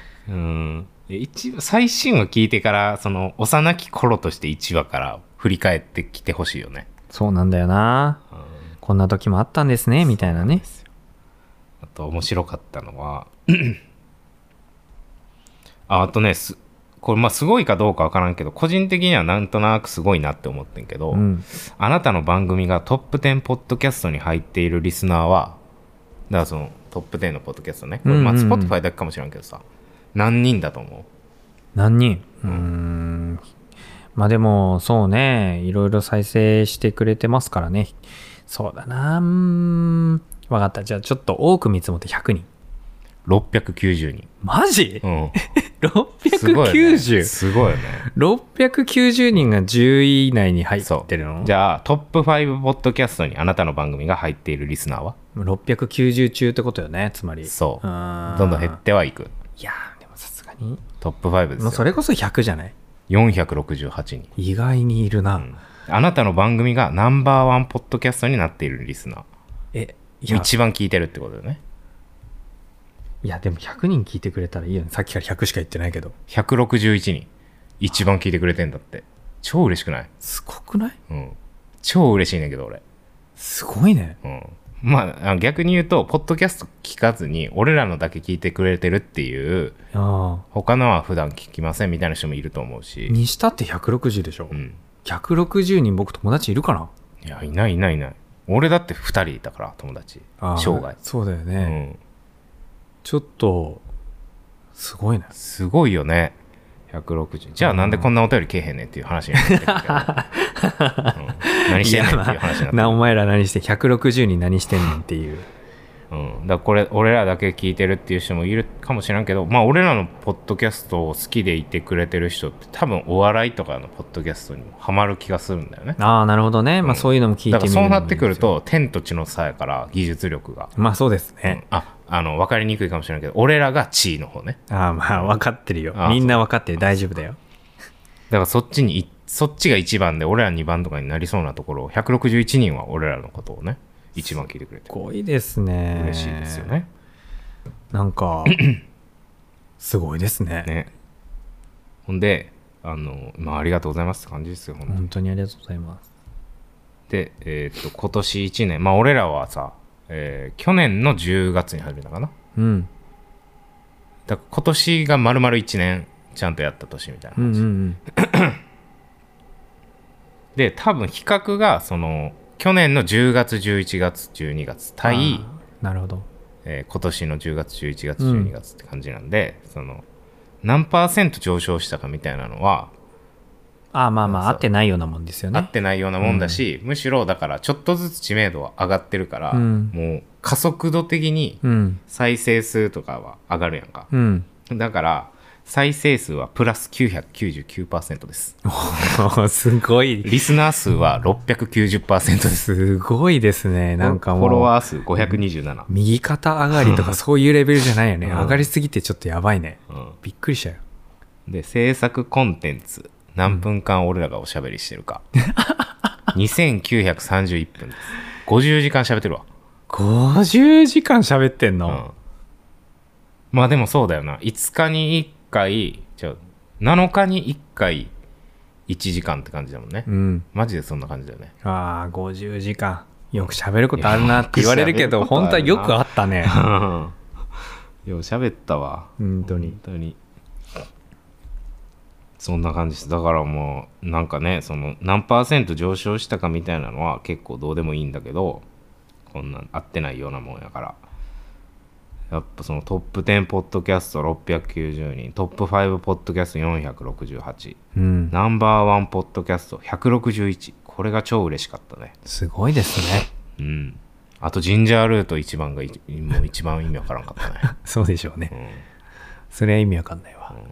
最新話聞いてからその幼き頃として1話から振り返ってきてほしいよね。 そうなんだよな、こんな時もあったんですねみたいなね。 あと面白かったのはあとねこれまあすごいかどうかわからんけど、個人的にはなんとなくすごいなって思ってんけど、あなたの番組がトップ10ポッドキャストに入っているリスナーは、だからそのトップ10のポッドキャストね、これまあ Spotify だけかもしれんけどさ、何人だと思う？ 何人？まあでもそうね、いろいろ再生してくれてますからね。そうだな。分かった。じゃあちょっと多く見積もって100人。 690人。 マジ？ うん。 690？ すごいよね。 690人が10位以内に入ってるの？ じゃあトップ5ポッドキャストにあなたの番組が入っているリスナーは 690中ってことよね、つまり。 そう。どんどん減ってはいく。 いやでもさすがにトップ5ですよ。 もうそれこそ100じゃない？ 468人。 意外にいるな、 あなたの番組がナンバーワンポッドキャストになっているリスナー。一番聞いてるってことだよね。 いやでも100人聞いてくれたらいいよね。さっきから100しか言ってないけど。 161人一番聞いてくれてんだって。超嬉しくない？ すごくない？ 超嬉しいねんけど俺。 すごいね。 まあ逆に言うとポッドキャスト聞かずに俺らのだけ聞いてくれてるっていう、他のは普段聞きませんみたいな人もいると思うし。 にしたって160でしょ。160人僕友達いるかな？ いやいない。俺だって2人いたから友達生涯。 そうだよね、ちょっとすごいね。 すごいよね。160。じゃあなんでこんなお便りけえへんねんっていう話になってるけど、何してんねんっていう話になってる。 お前ら何して160人何してんねんっていう。 だからこれ俺らだけ聞いてるっていう人もいるかもしれんけど、まあ俺らのポッドキャストを好きでいてくれてる人って多分お笑いとかのポッドキャストにもハマる気がするんだよね。 なるほどね。まあそういうのも聞いてみるのもいいですよ。 だからそうなってくると天と地の差やから技術力が。 まあそうですね。 分かりにくいかもしれないけど、俺らが地位の方ね。 まあ分かってるよ。みんな分かってる。大丈夫だよ。 だからそっちが1番で俺ら2番とかになりそうなところを161人は俺らのことをね一番聞いてくれてる。 すごいですね。 嬉しいですよね。 なんかすごいですね。 ほんでありがとうございますって感じですよ。 本当にありがとうございます。 で今年1年俺らはさ、去年の10月に始めたかな。だから今年が丸々1年ちゃんとやった年みたいな感じ、で多分比較がその去年の10月11月12月対なるほど、 今年の10月11月12月って感じなんで、その何%上昇したかみたいなのはまあ合ってないようなもんですよね。 合ってないようなもんだし、むしろだからちょっとずつ知名度は上がってるから、もう加速度的に再生数とかは上がるやんか、だから再生数はプラス 999% です。 すごい。 リスナー数は 690% です。 すごいですね。なんかもうフォロワー数527。 右肩上がりとかそういうレベルじゃないよね。上がりすぎてちょっとやばいね。びっくりしたよ。 で制作コンテンツ何分間俺らがおしゃべりしてるか、2931分です。50時間喋ってるわ。 50時間喋ってんの、 まあでもそうだよな。5日に1回7日に1回1時間って感じだもんね、マジでそんな感じだよね。 50時間よく喋ることあるなって言われるけど本当はよくあったね。 よう喋ったわ。 本当にそんな感じです。だからもうなんかね、その何%上昇したかみたいなのは結構どうでもいいんだけど、こんなん合ってないようなもんやから、やっぱそのトップ10ポッドキャスト690人、トップ5ポッドキャスト468、ナンバーワンポッドキャスト161、これが超嬉しかったね。 すごいですね。 あとジンジャールート1番がもう一番意味わからんかったね。 そうでしょうね、それは意味わかんないわ。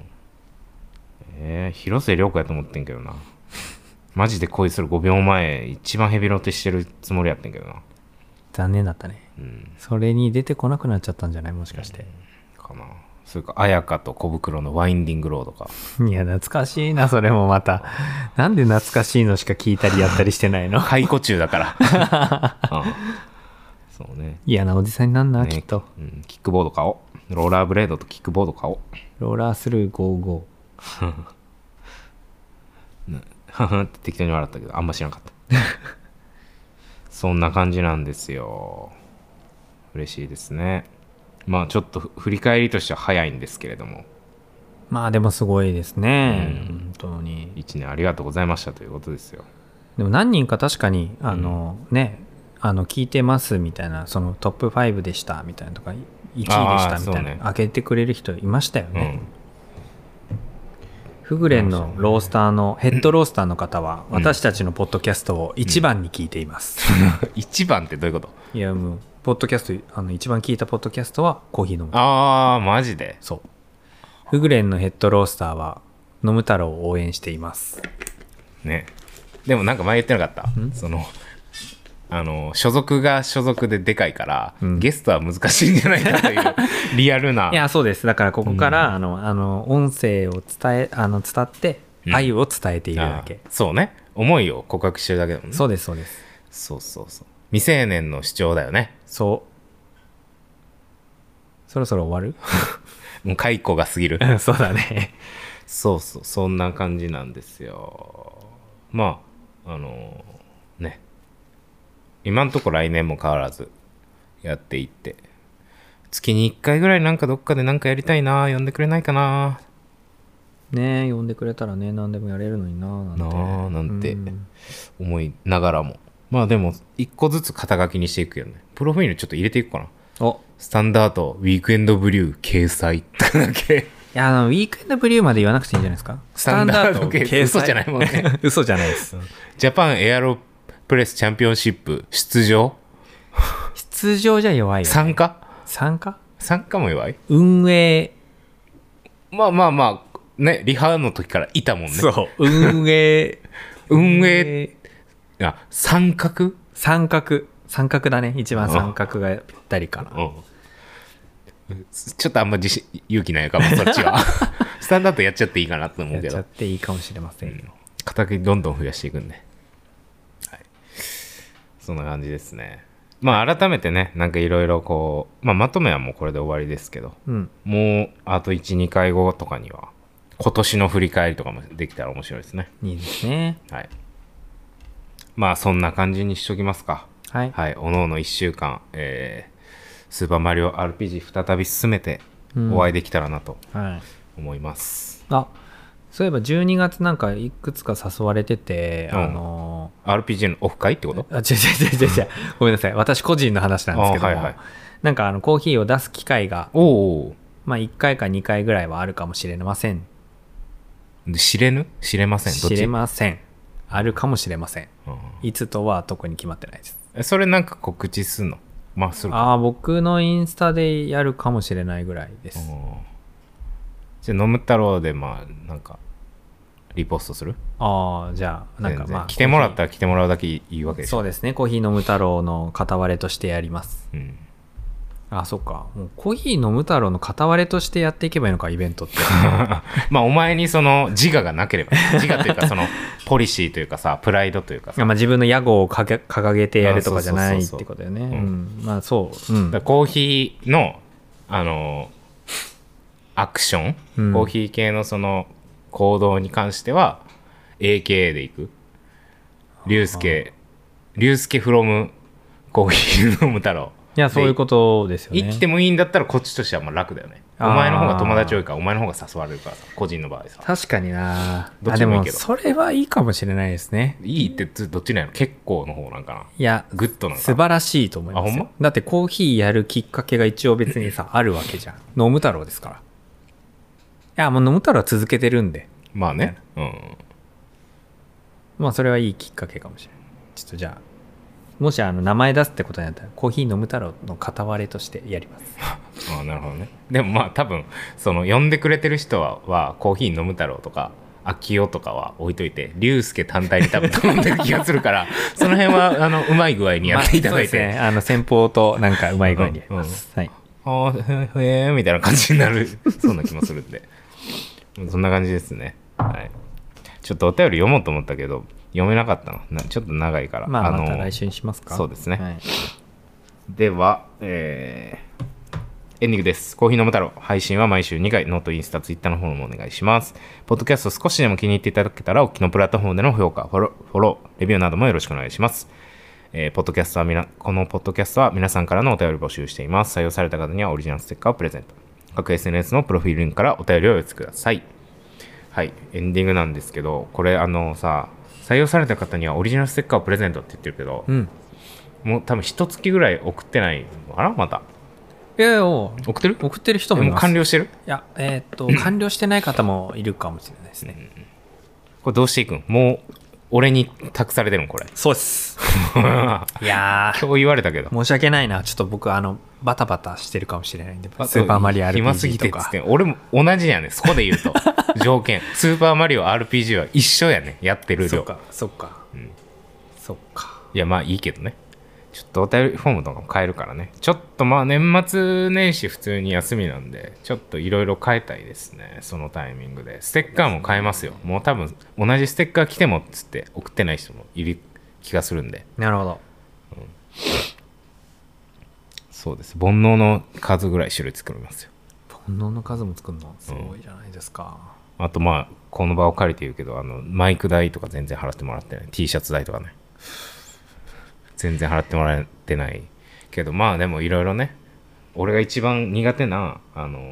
広末涼子やと思ってんけどな。マジで恋する5秒前一番ヘビロテしてるつもりやってんけどな。 残念だったね、それに出てこなくなっちゃったんじゃない、もしかして、 かな。それか綾香と小袋のワインディングロードか。 いや懐かしいな、それもまた。なんで懐かしいのしか聞いたりやったりしてないの。 解雇中だからそうね、 嫌なおじさんになんな、きっと、 キックボード買おう。ローラーブレードとキックボード買おう。 ローラースルー55。 ははって適当に笑ったけどあんま知らなかったそんな感じなんですよ。嬉しいですね。まあちょっと振り返りとしては早いんですけれども、 まあでもすごいですね、本当に。 1年ありがとうございましたということですよ。 でも何人か確かにね、聞いてますみたいな、そのトップ5でしたみたいなとか1位でしたみたいな、開けてくれる人いましたよね。フグレンのロースターのヘッドロースターの方は私たちのポッドキャストを一番に聞いています、 一番ってどういうこと？ いやもうポッドキャスト一番聞いたポッドキャストはコーヒー飲む。 ああマジで？ そう。フグレンのヘッドロースターは飲む太郎を応援していますね。でもなんか前言ってなかった？その所属が所属ででかいから、ゲストは難しいんじゃないかというリアルな。 いやそうです。だからここから、音声を伝って愛を伝えているだけ、 そうね、思いを告白してるだけだもんね。 そうですそうです。 そう未成年の主張だよね。 そろそろ終わるもう解雇が過ぎるそうだね。 そんな感じなんですよ。まあね、今んとこ来年も変わらずやっていって、月に1回ぐらいなんかどっかでなんかやりたいな、呼んでくれないかな。 ねえ、呼んでくれたらね、何でもやれるのになんて思いながらも、まあでも1個ずつ肩書きにしていくよね。プロフィールちょっと入れていくかな。スタンダードウィークエンドブリュー掲載とかだけ。 いやウィークエンドブリューまで言わなくていいんじゃないですか。 スタンダード掲載。嘘じゃないもんね。 嘘じゃないです。 ジャパンエアロプレスチャンピオンシップ出場じゃ弱いよ、ね、 参加も弱い。 運営、 まあね、リハの時からいたもんね。 そう運営いや三角だね。一番三角がぴったりかな。 ちょっとあんま勇気ないかもそっちは。スタンダードやっちゃっていいかなと思うけど。 やっちゃっていいかもしれませんよ。 肩書きどんどん増やしていくんで、はい、そんな感じですね。まあ改めてね、なんかいろいろこう、まとめはもうこれで終わりですけど、もうあと 1,2 回後とかには今年の振り返りとかもできたら面白いですね。 いいですね。 はい。まあそんな感じにしときますか。 はい。 はい。おのおの1週間、スーパーマリオ RPG 再び進めてお会いできたらなと思います。 そういえば12月なんかいくつか誘われてて、 RPG のオフ会ってこと？ 違うごめんなさい、私個人の話なんですけども、なんかコーヒーを出す機会が1回か2回ぐらいはあるかもしれません。 知れません。 知れません。あるかもしれません。いつとは特に決まってないです。 それなんか告知すんの？するか。僕のインスタでやるかもしれないぐらいです。 じゃあ飲む太郎でなんかリポストする？ じゃあなんか来てもらったら来てもらうだけいいわけでしょ。 そうですね。コーヒー飲む太郎の片割れとしてやります。そっか。もうコーヒー飲む太郎の片割れとしてやっていけばいいのか、イベントって。 お前にその自我がなければ、自我というかそのポリシーというかさ、プライドというかさ、 自分の屋号を掲げてやるとかじゃないってことだよね。そう。 だコーヒーのアクション、コーヒー系のその行動に関しては AKA でいく。龍介フロムコーヒー飲む太郎。 いや、そういうことですよね。 行ってもいいんだったらこっちとしては楽だよね。お前の方が友達多いからお前の方が誘われるからさ、個人の場合さ。 確かにな。 どっちもいいけど。 それはいいかもしれないですね。 いいってどっちなの？結構の方なんかな。 いや、 グッドなのか。 素晴らしいと思いますよ。だってコーヒーやるきっかけが一応別にさあるわけじゃん。飲む太郎ですから。いや、もう飲む太郎は続けてるんで。 まあね。 それはいいきっかけかもしれない。ちょっとじゃあ、もし名前出すってことになったらコーヒー飲む太郎の片割れとしてやります。 なるほどね。でも多分その呼んでくれてる人はコーヒー飲む太郎とか秋代とかは置いといて、龍介単体に多分頼んでる気がするからその辺はうまい具合にやっていただいて、 そうですね、先方となんかうまい具合にやります。はい。 みたいな感じになるそんな気もするんでそんな感じですね。はい。ちょっとお便り読もうと思ったけど読めなかったの。ちょっと長いから。 また来週にしますか。 そうですね。はい、では、エンディングです。コーヒー飲む太郎。配信は毎週2回、ノート、インスタ、ツイッターの方もお願いします。ポッドキャスト少しでも気に入っていただけたら、お聞きのプラットフォームでの評価、フォロー、レビューなどもよろしくお願いします。このポッドキャストは皆さんからのお便り募集しています。採用された方にはオリジナルステッカーをプレゼント。 各 SNS のプロフィールリンクからお便りをお寄せください。はい、エンディングなんですけど、これさ、採用された方にはオリジナルステッカーをプレゼントって言ってるけど、もう多分1月ぐらい送ってないのかな、また。 いやいや、 送ってる人もいます。 もう完了してる？ いや、完了してない方もいるかもしれないですね。 これどうしていくん？もう俺に託されてるのこれ。 そうですいや今日言われたけど申し訳ないな。ちょっと僕バタバタしてるかもしれないんで、スーパーマリオ RPG とか暇すぎてっつって俺も同じやね。そこで言うと条件スーパーマリオ RPG は一緒やね、やってる量。 そっか、そっか。 いやまあいいけどね、ちょっとお便りフォームとかも変えるからね。ちょっとまあ年末年始普通に休みなんで、ちょっといろいろ変えたいですね。そのタイミングでステッカーも変えますよ。もう多分同じステッカー来てもっつって送ってない人もいる気がするんで。 なるほど、 そうです。煩悩の数ぐらい種類作りますよ。 煩悩の数も作るのすごいじゃないですか。 あとまあこの場を借りて言うけど、マイク代とか全然払ってもらってない。 T シャツ代とかね全然払ってもらってないけど、まあでもいろいろね、俺が一番苦手な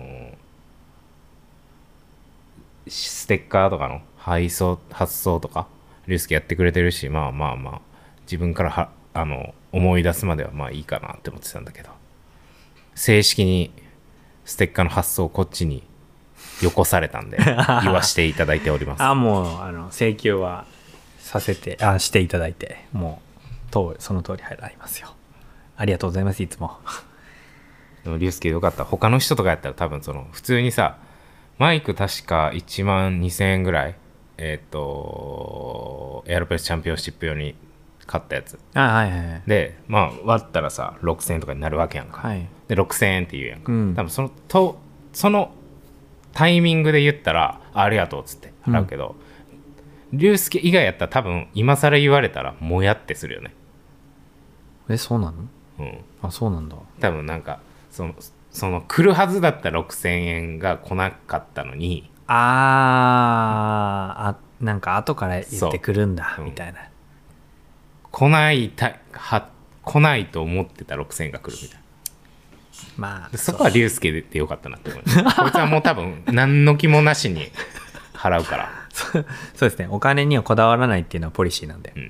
ステッカーとかの配送発送とかリュウスケやってくれてるし、まあ自分から思い出すまではまあいいかなって思ってたんだけど、正式にステッカーの発送をこっちによこされたんで言わしていただいておりますもう請求はしていただいて、もうその通りありますよ。ありがとうございます。いつもでもリュウスケよかった。他の人とかやったら多分普通にさ、マイク確か1万2000円ぐらい、エアロプレスチャンピオンシップ用に買ったやつで、まあ割ったらさ6000円とかになるわけやんか、で6000円って言うやんか、多分そのタイミングで言ったら ありがとうっつって払うけど、リュウスケ以外やったら多分今更言われたらもやってするよね。 そうなの？そうなんだ。 多分なんかその来るはずだった6000円が来なかったのに、 なんか後から言ってくるんだみたいな、 来ないと思ってた6000円が来るみたいな。まあそこはリュウスケでよかったなって思いますこいつはもう多分何の気もなしに払うからそうですね。お金にはこだわらないっていうのはポリシーなんで、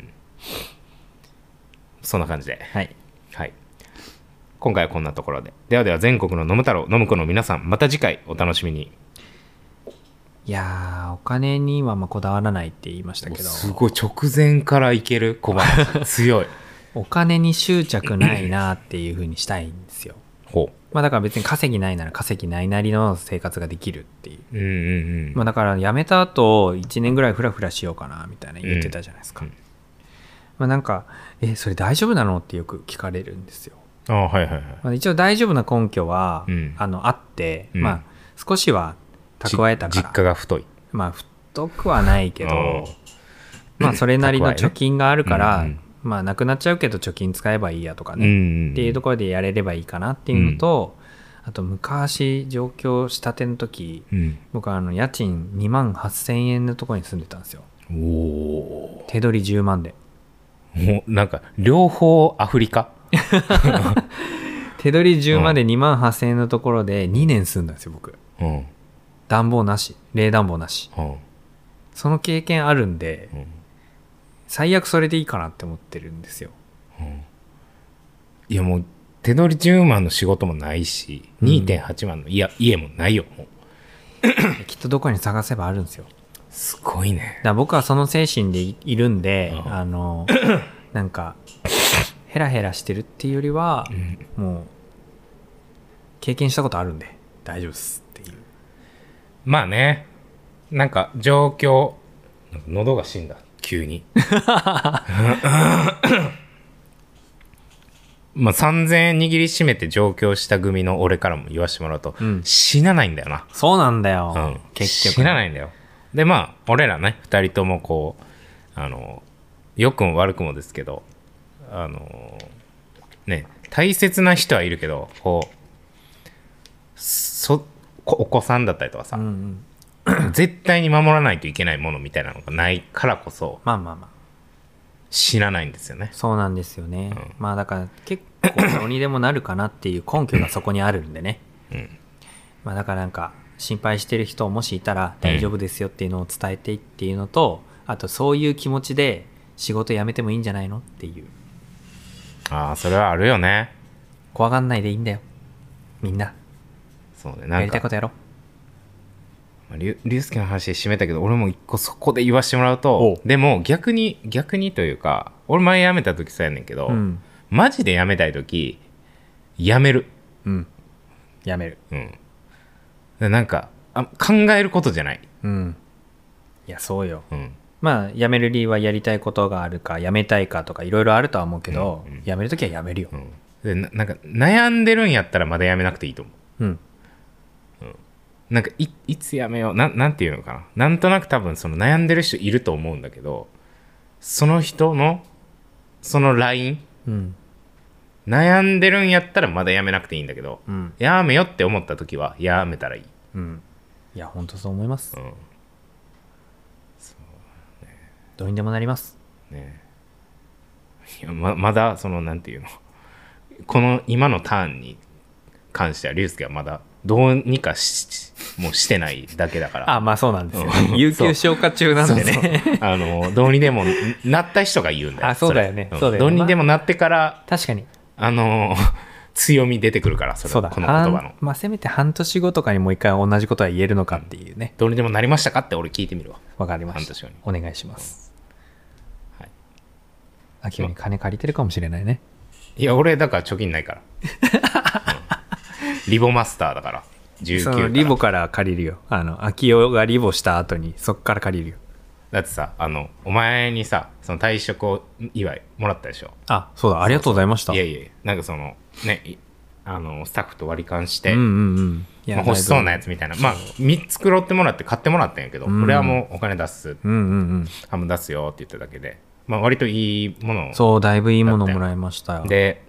そんな感じで、 はい、 今回はこんなところで。では全国の飲む太郎飲む子の皆さん、また次回お楽しみに。 いやー、お金にはこだわらないって言いましたけど、 すごい直前からいける小話強いお金に執着ないなっていう風にしたいんですよだから別に稼ぎないなら稼ぎないなりの生活ができるっていう、だから辞めた後1年ぐらいフラフラしようかなみたいな言ってたじゃないですか、なんかそれ大丈夫なのってよく聞かれるんですよ。一応大丈夫な根拠は、あって、少しは蓄えたから、 実家が太い、 太くはないけど、それなりの貯金があるから、なくなっちゃうけど貯金使えばいいやとかね、っていうところでやれればいいかなっていうのと、あと昔上京したての時、僕は家賃2万8000円のところに住んでたんですよ。手取り10万で。 もうなんか両方アフリカ手取り10万で2万8000円のところで2年住んだんですよ僕、暖房なし、冷暖房なし、その経験あるんで、最悪それでいいかなって思ってるんですよ、いやもう手取り10万の仕事もないし、2.8 万の家もないよもうきっとどこに探せばあるんですよ。すごいね。だから僕はその精神でいるんで、なんかヘラヘラしてるっていうよりは、もう経験したことあるんで大丈夫ですっていう。まあね、なんか状況、喉が死んだ急にまあ3000円握りしめて上京した組の俺からも言わしてもらうと、死なないんだよな。そうなんだよ、結局死なないんだよ。でまあ俺らね2人ともこう良くも悪くもですけどね、大切な人はいるけど、こうお子さんだったりとかさ、絶対に守らないといけないものみたいなのがないからこそ、死なないんですよね。そうなんですよね、だから結構どうにでもなるかなっていう根拠がそこにあるんでね、 まあだからなんか心配してる人もしいたら大丈夫ですよっていうのを伝えてっていうのと、あとそういう気持ちで仕事辞めてもいいんじゃないのっていう。 ああ、それはあるよね。 怖がんないでいいんだよみんな。 そうね、 やなんかりたいことやろ竜介の話で締めたけど、俺も一個そこで言わしてもらうおと、でも逆にというか、俺前辞めた時そうやねんけど、 うんマジで辞めたい時辞める。 うんやめる。 でなんか考えることじゃない。 うんいやそうよ。 うんまあ辞める理由はやりたいことがあるか辞めたいかとかいろいろあるとは思うけど、辞めるときは辞めるよ。 でなんか悩んでるんやったらまだ辞めなくていいと思う。 うんなんかいつ辞めようなんていうのかな、なんとなく多分その悩んでる人いると思うんだけど、その人のそのライン、 うん悩んでるんやったらまだ辞めなくていいんだけど、 うんやめよって思った時はやめたらいい。 うんいや本当そう思います。 うんどうにでもなります。 ねえ、いやまだそのなんていうの、この今のターンに関しては竜介はまだどうにかもうしてないだけだから。 あまあそうなんですよ、 うん有給消化中なんでね。 そうどうにでもなった人が言うんだよ。 あそうだよねれそうだよねどうにでもなってから確かに強み出てくるから、それそうだこの言葉の。 まあせめて半年後とかにもう一回同じことは言えるのかっていうね。 どうにでもなりましたかって俺聞いてみるわ。 わかりました。 半年後にお願いします。 はい秋代に金借りてるかもしれないね。 いや俺だから貯金ないから、リボマスターだから19 そからのリボから借りるよ。秋代がリボした後にそっから借りるよ。 だってさ、お前にさその退職を祝いもらったでしょ。 あそうだありがとうございました。 いやいやいや、なんかそのねスタッフと割り勘して、 うんうんうんいやまあ、欲しそうなやつみたいな、まあ3つ作ろってもらって買ってもらったんやけど、 うん俺はもうお金出す、 うんうんうん半分出すよって言っただけで、まあ、割といいものをそうだいぶいいものもらいましたよ。 で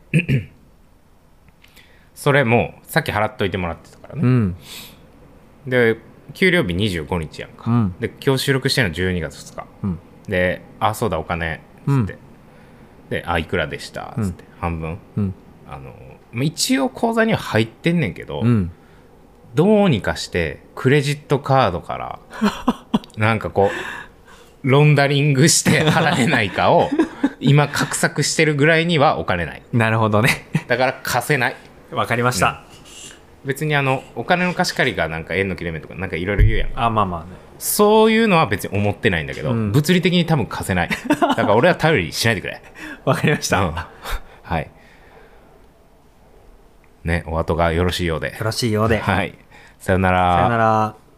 それもさっき払っといてもらってたからね、 うんで給料日25日やんか、 うんで今日収録してるの12月2日うんで、あそうだお金つって、でいくらでしたつって、半分うんまあ一応口座には入ってんねんけど、 うんどうにかしてクレジットカードからなんかこうロンダリングして払えないかを今画策してるぐらいにはお金ない。 なるほどね。 だから貸せない。 わかりました。 別にお金の貸し借りがなんか縁の切れ目とかなんかいろいろ言うやん。 あまあまあね。 そういうのは別に思ってないんだけど、 うん物理的に多分貸せない。だから俺は頼りにしないでくれ。 わかりました。 うんはいね、お後がよろしいようで。 よろしいようで。 はい、さよなら。 さよなら。